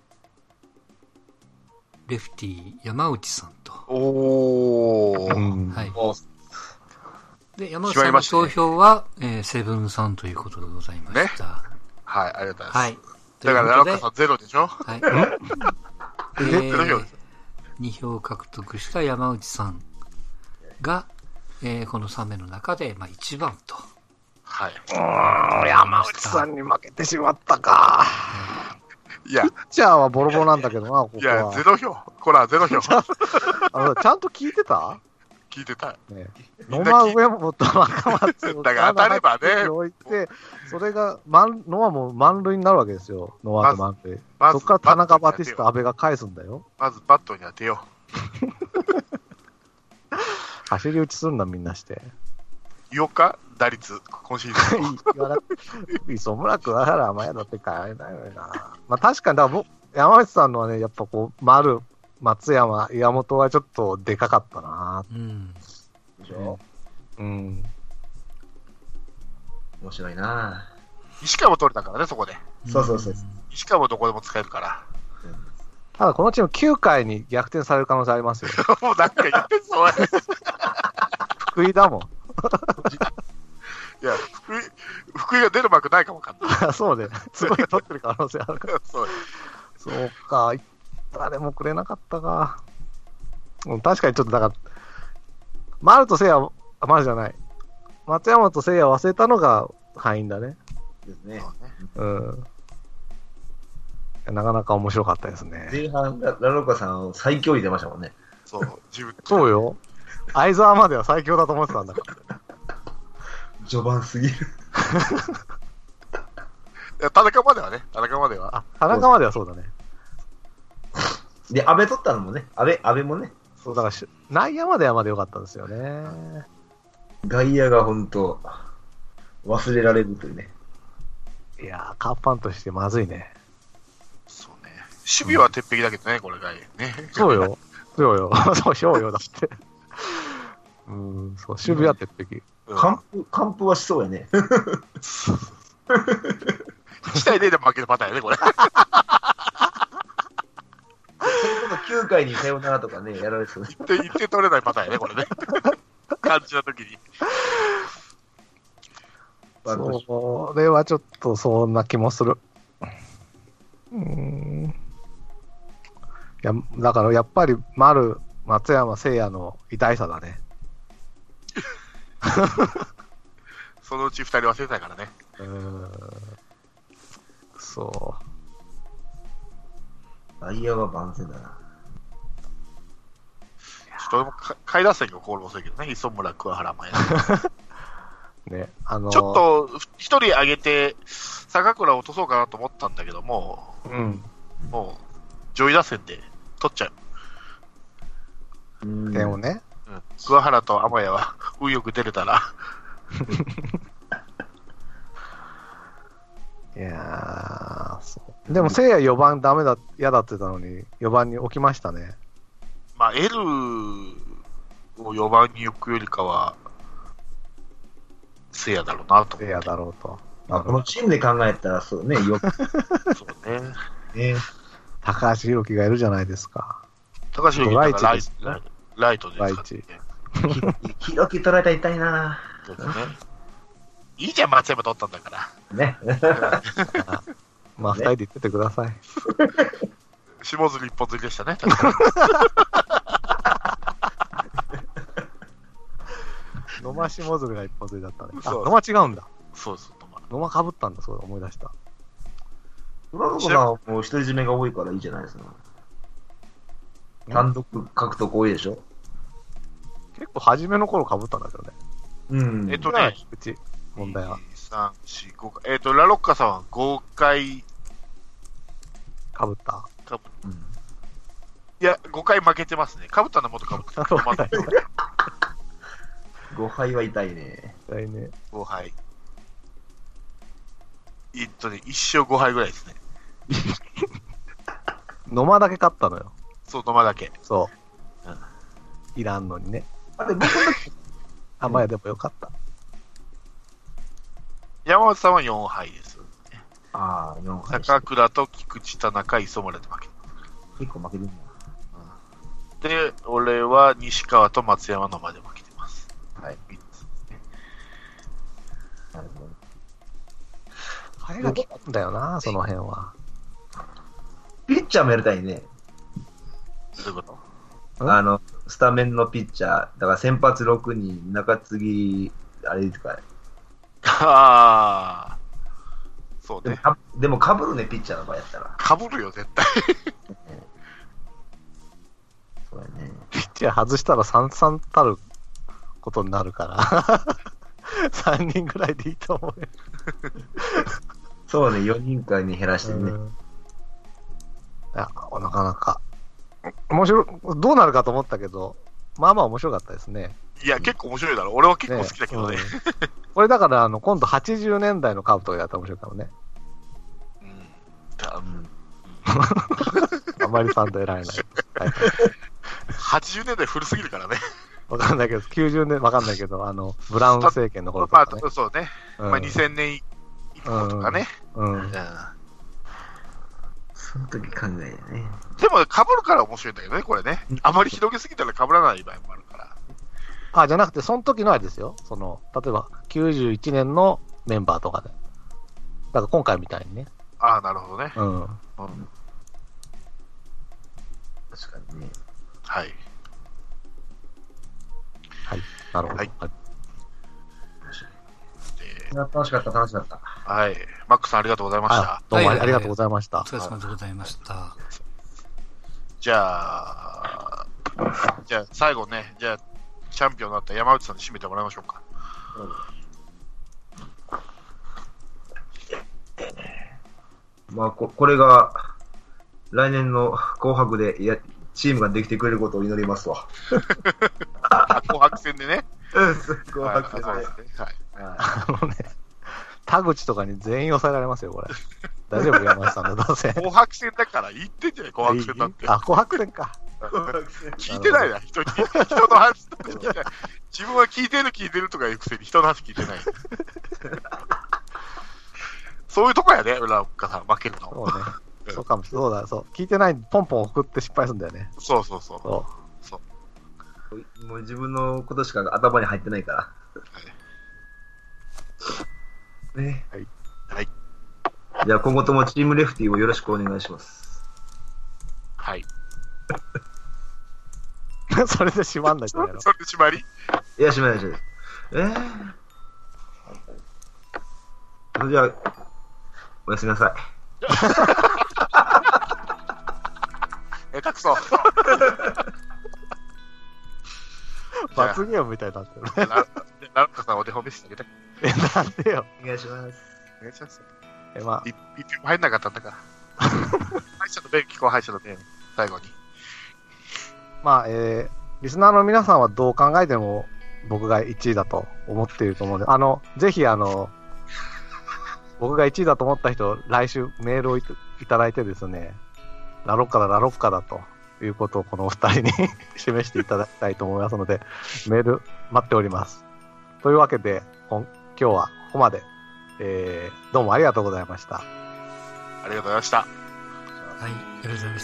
レフティー、山内さんと。 おー。 うんはい。 おで、山内さんの投票は、えー、セブンさんということでございました。 はい、ありがとうございます。 はい。 だから、ラロッカさんゼロでしょはい。 ゼロ票です。 に票獲得した山内さんが、えーこのさん名の中で、まあ、いちばんと。 はい。 うーん、山内さんに負けてしまったか。 いや、 ピッチャーはボロボロなんだけどな、ここいや、 は。 ゼロ票。こら、ゼロ票。 あのちゃんと聞いてた聞いてた。 ね、 みんな聞い野間上本若松をだから当たればね置いて、それが満、野間も満塁になるわけですよ、野間と満塁。 まずそこから田中バティスタ、 バットに当てよ安倍が返すんだよ。 まずバットに当てよ走り打ちするんだ、みんなして。 よっか打率、今シーズン。 言わな磯村君は原甘やだって変えないよな。まあ確かに、だから山内さんのはね、やっぱこう、丸、松山、岩本はちょっとでかかったな。 うん。 でしょ。 うん。 面白いな。 石川も取れたからね、そこで。 そうそうそう。 石川もどこでも使えるから。 ただこのチームきゅうかいに逆転される可能性ありますよ。 もうなんか言ってそう。 福井だもん。 いや、福井、福井が出る幕ないかもわかんない。 そうで、すごい取ってる可能性あるから。 そうそうか、誰もくれなかったか。うん、確かにちょっとだから、丸と聖也、丸じゃない。松山と聖也忘れたのが敗因だね。 ですね。 うん。なかなか面白かったですね。 前半、ララロカさん最強位出ましたもんね。 そう、自分。 そうよ。相沢までは最強だと思ってたんだから。 序盤すぎる。 いや田中まではね、田中までは。 あ、田中まではそうだね。 で、安倍取ったのもね、安倍、安倍もね。 そう、だからし、内野まではまで良かったんですよね。 外野が本当忘れられるというね。 いやー、カープファンとしてまずいね。 そうね。守備は鉄壁だけどね、これがね。 そうよ。そうよ。そう、そうよ、だって。うん、そう、守備は鉄壁。 完封、完封はしそうやね。 いちたいゼロで負けるパターンやね、これ。 それこそきゅうかいにさよならとかね、やられそう。 いってん、いってん取れないパターンやね、これね。感じたときに。 それはちょっとそんな気もする。うーん。いや、だからやっぱり丸、松山、聖也の偉大さだね。 そのうちふたり忘れたからね。 うーん。そう。外野は万全だな。 ちょっと下位打線がコールもするけどね、磯村、桑原、前田。 ね、あのー、 ちょっと一人上げて、坂倉を落とそうかなと思ったんだけども、 うん、 もう上位打線で取っちゃう。 点をね、 うん、桑原と天谷は運よく出れたら。 いやー、そうでも聖也よばんダメだ、嫌だってたのに、よばんに置きましたね。 まあ、L をよばんに置くよりかは、聖也だろうなと思って。 聖也だろうと。 まあ、このチームで考えたら、そうね、よく。 そうね。 ね。 高橋宏樹がいるじゃないですか。 高橋宏樹がライトです、 ね、ライトですから、ね。 ライチ。 宏樹取られたら痛いなそうですね。いいじゃん、松山取ったんだから。 ね。 まあ、二人で言っててください。 下釣り一本釣りでしたね。 野間下鶴が一本釣りだったね。あ、 そう野間違うんだ。 そうそう、 野間かぶったんだ、そう思い出した。 浦野さんはもう独り占めが多いからいいじゃないですか。単独獲得多いでしょ。 結構初めの頃かぶったんだけどね。 うん。 えっとね、 うち、問題は。 に、さん、よん、ごかい。えっと、ラロッカさんはごかいかぶった。 かぶうん、 いや、ごかい負けてますね。かぶったのはもっとかぶってた。 ごはいは痛いね。 痛いね。 ごはい。えっとね、いっ勝ごはいぐらいですね。 野間だけ勝ったのよ。 そう、野間だけ。 そう。 うん、 いらんのにね。 あれ、僕の時あ、まあでもよかった。山本さんはよんはいです。 ああ、よんはい。 坂倉と菊池、田中、磯村で負けた。 結構負けてるんだ。 で、俺は西川と松山のまで負けてます。 はい。なるほど。 あれが効くんだよな、その辺は。 ピッチャーもやりたいね。 どういうこと？ あの、スタメンのピッチャー、だから先発ろくにん、中継ぎ、あれですかね。 ああ、そうね。 でもか、でもかぶるね、ピッチャーの場合やったら。 かぶるよ、絶対。 そうやね。 ピッチャー外したら三々たることになるから。さんにんぐらいでいいと思うよ。 そうね、よにんかに減らしてね。 うん、いや、なかなか。面白い、どうなるかと思ったけど、まあまあ面白かったですね。 いや、結構面白いだろ。俺は結構好きだけどね。 ねうん、これだから、あの、今度はちじゅうねんだいのカブとかやったら面白いかもね。 うん。多分。 あまりさんと得られない。はい、 はちじゅうねんだい古すぎるからね。 わかんないけど、きゅうじゅうねん、わかんないけど、あの、ブラウン政権の頃とか、ね。 まあ、そうね。うん、まあ、にせんねん以降とかね。うん。うんうん、 その時考えやね。 でも、被るから面白いんだけどね、これね。あまり広げすぎたら被らない場合もあるから。 あ、じゃなくて、その時のあれですよ。その、例えば、きゅうじゅういちねんのメンバーとかで。だから今回みたいにね。 ああ、なるほどね。うん。うん、 確かにね。 はい。 はい。なるほど。はい。はい、 楽しかった、楽しかった。 はい。マックさんありがとうございました。 どうもありがとうございました。 お疲れ様でございました。 じゃあ、じゃあ最後ね、じゃあ、チャンピオンになった山内さんに締めてもらいましょうか。 うん、まあこ、これが、来年の紅白でやチームができてくれることを祈りますわ。 紅白戦でね。 うん、紅白戦で。はい。 あのね、田口とかに全員抑えられますよ、これ。大丈夫、山内さんのどうせ。 紅白戦だから言ってんじゃない、紅白戦だって。 あ、紅白戦か。 聞いてないな、人に。人の話聞いてない。自分は聞いてる聞いてるとか言うくせに人の話聞いてない。そういうとこやね、裏岡さん、負けるの。 そうね。そうかもしれない。そうだ、そう。聞いてない、ポンポン送って失敗するんだよね。 そうそうそう。 そうそう。もう自分のことしか頭に入ってないから。はい、ね。 はい。はい。 じゃあ今後ともチームレフティをよろしくお願いします。 はい。 それで閉まんないじゃないの。 それで閉まり？ いや、閉まないです。えー。じゃあ、おやすみなさい。 え、たくそ。 罰ゲームみたいになってるね。 ラルカさんお手本見せてあげて。 え、なんでよ。 お願いします。 お願いします。 え、まあ。 一票も入んなかったんだから。敗者の弁、聞こう、敗者の弁、最後に。 まあ、えー、リスナーの皆さんはどう考えても僕がいちいだと思っていると思うので、あの、ぜひあの、僕がいちいだと思った人、来週メールをいただいてですね、ラロッカだ、ラロッカだということをこのお二人に示していただきたいと思いますので、メール待っております。というわけで、今日はここまで、えー、どうもありがとうございました。 ありがとうございました。はい、 ありがとうございました。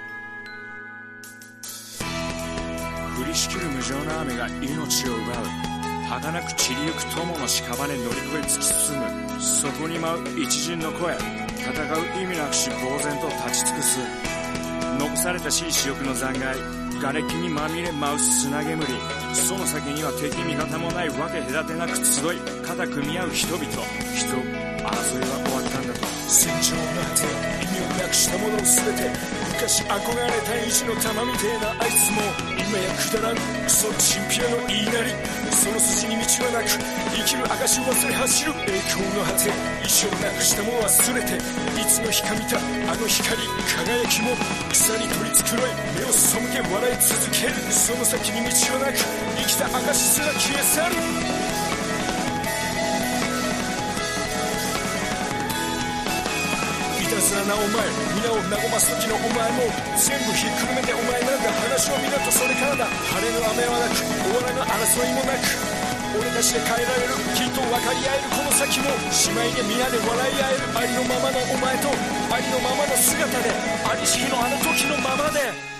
降りしきる無情な雨が命を奪う。儚く散りゆく友の屍乗り越え突き進む。そこに舞う一陣の声、戦う意味なくし呆然と立ち尽くす。残されたしい死翼の残骸、瓦礫にまみれ舞う砂煙。その先には敵味方もないわけ隔てなく集い肩組み合う人々。人争いは終わったんだと。戦場の果て、意味をなくしたもの全て、昔憧れた意地の玉みてえなあいつも今やくだらんクソチンピラの言いなり。その筋に道はなく生きる証を忘れ走る。栄光の果て、意志をなくしたも忘れて、いつの日か見たあの光輝きも草に取り繕い目を背け笑い続ける。その先に道はなく生きた証すら消え去る。いたずらなお前、皆を和ます時のお前も全部ひっくるめてお前なんだ。話を見ろとそれからだ。晴れの雨はなく終わらぬ争いもなく、俺たちで変えられる、きっと分かり合えるこの先も。姉妹で皆で笑い合える、ありのままのお前とありのままの姿で、ありし日のあの時のままで。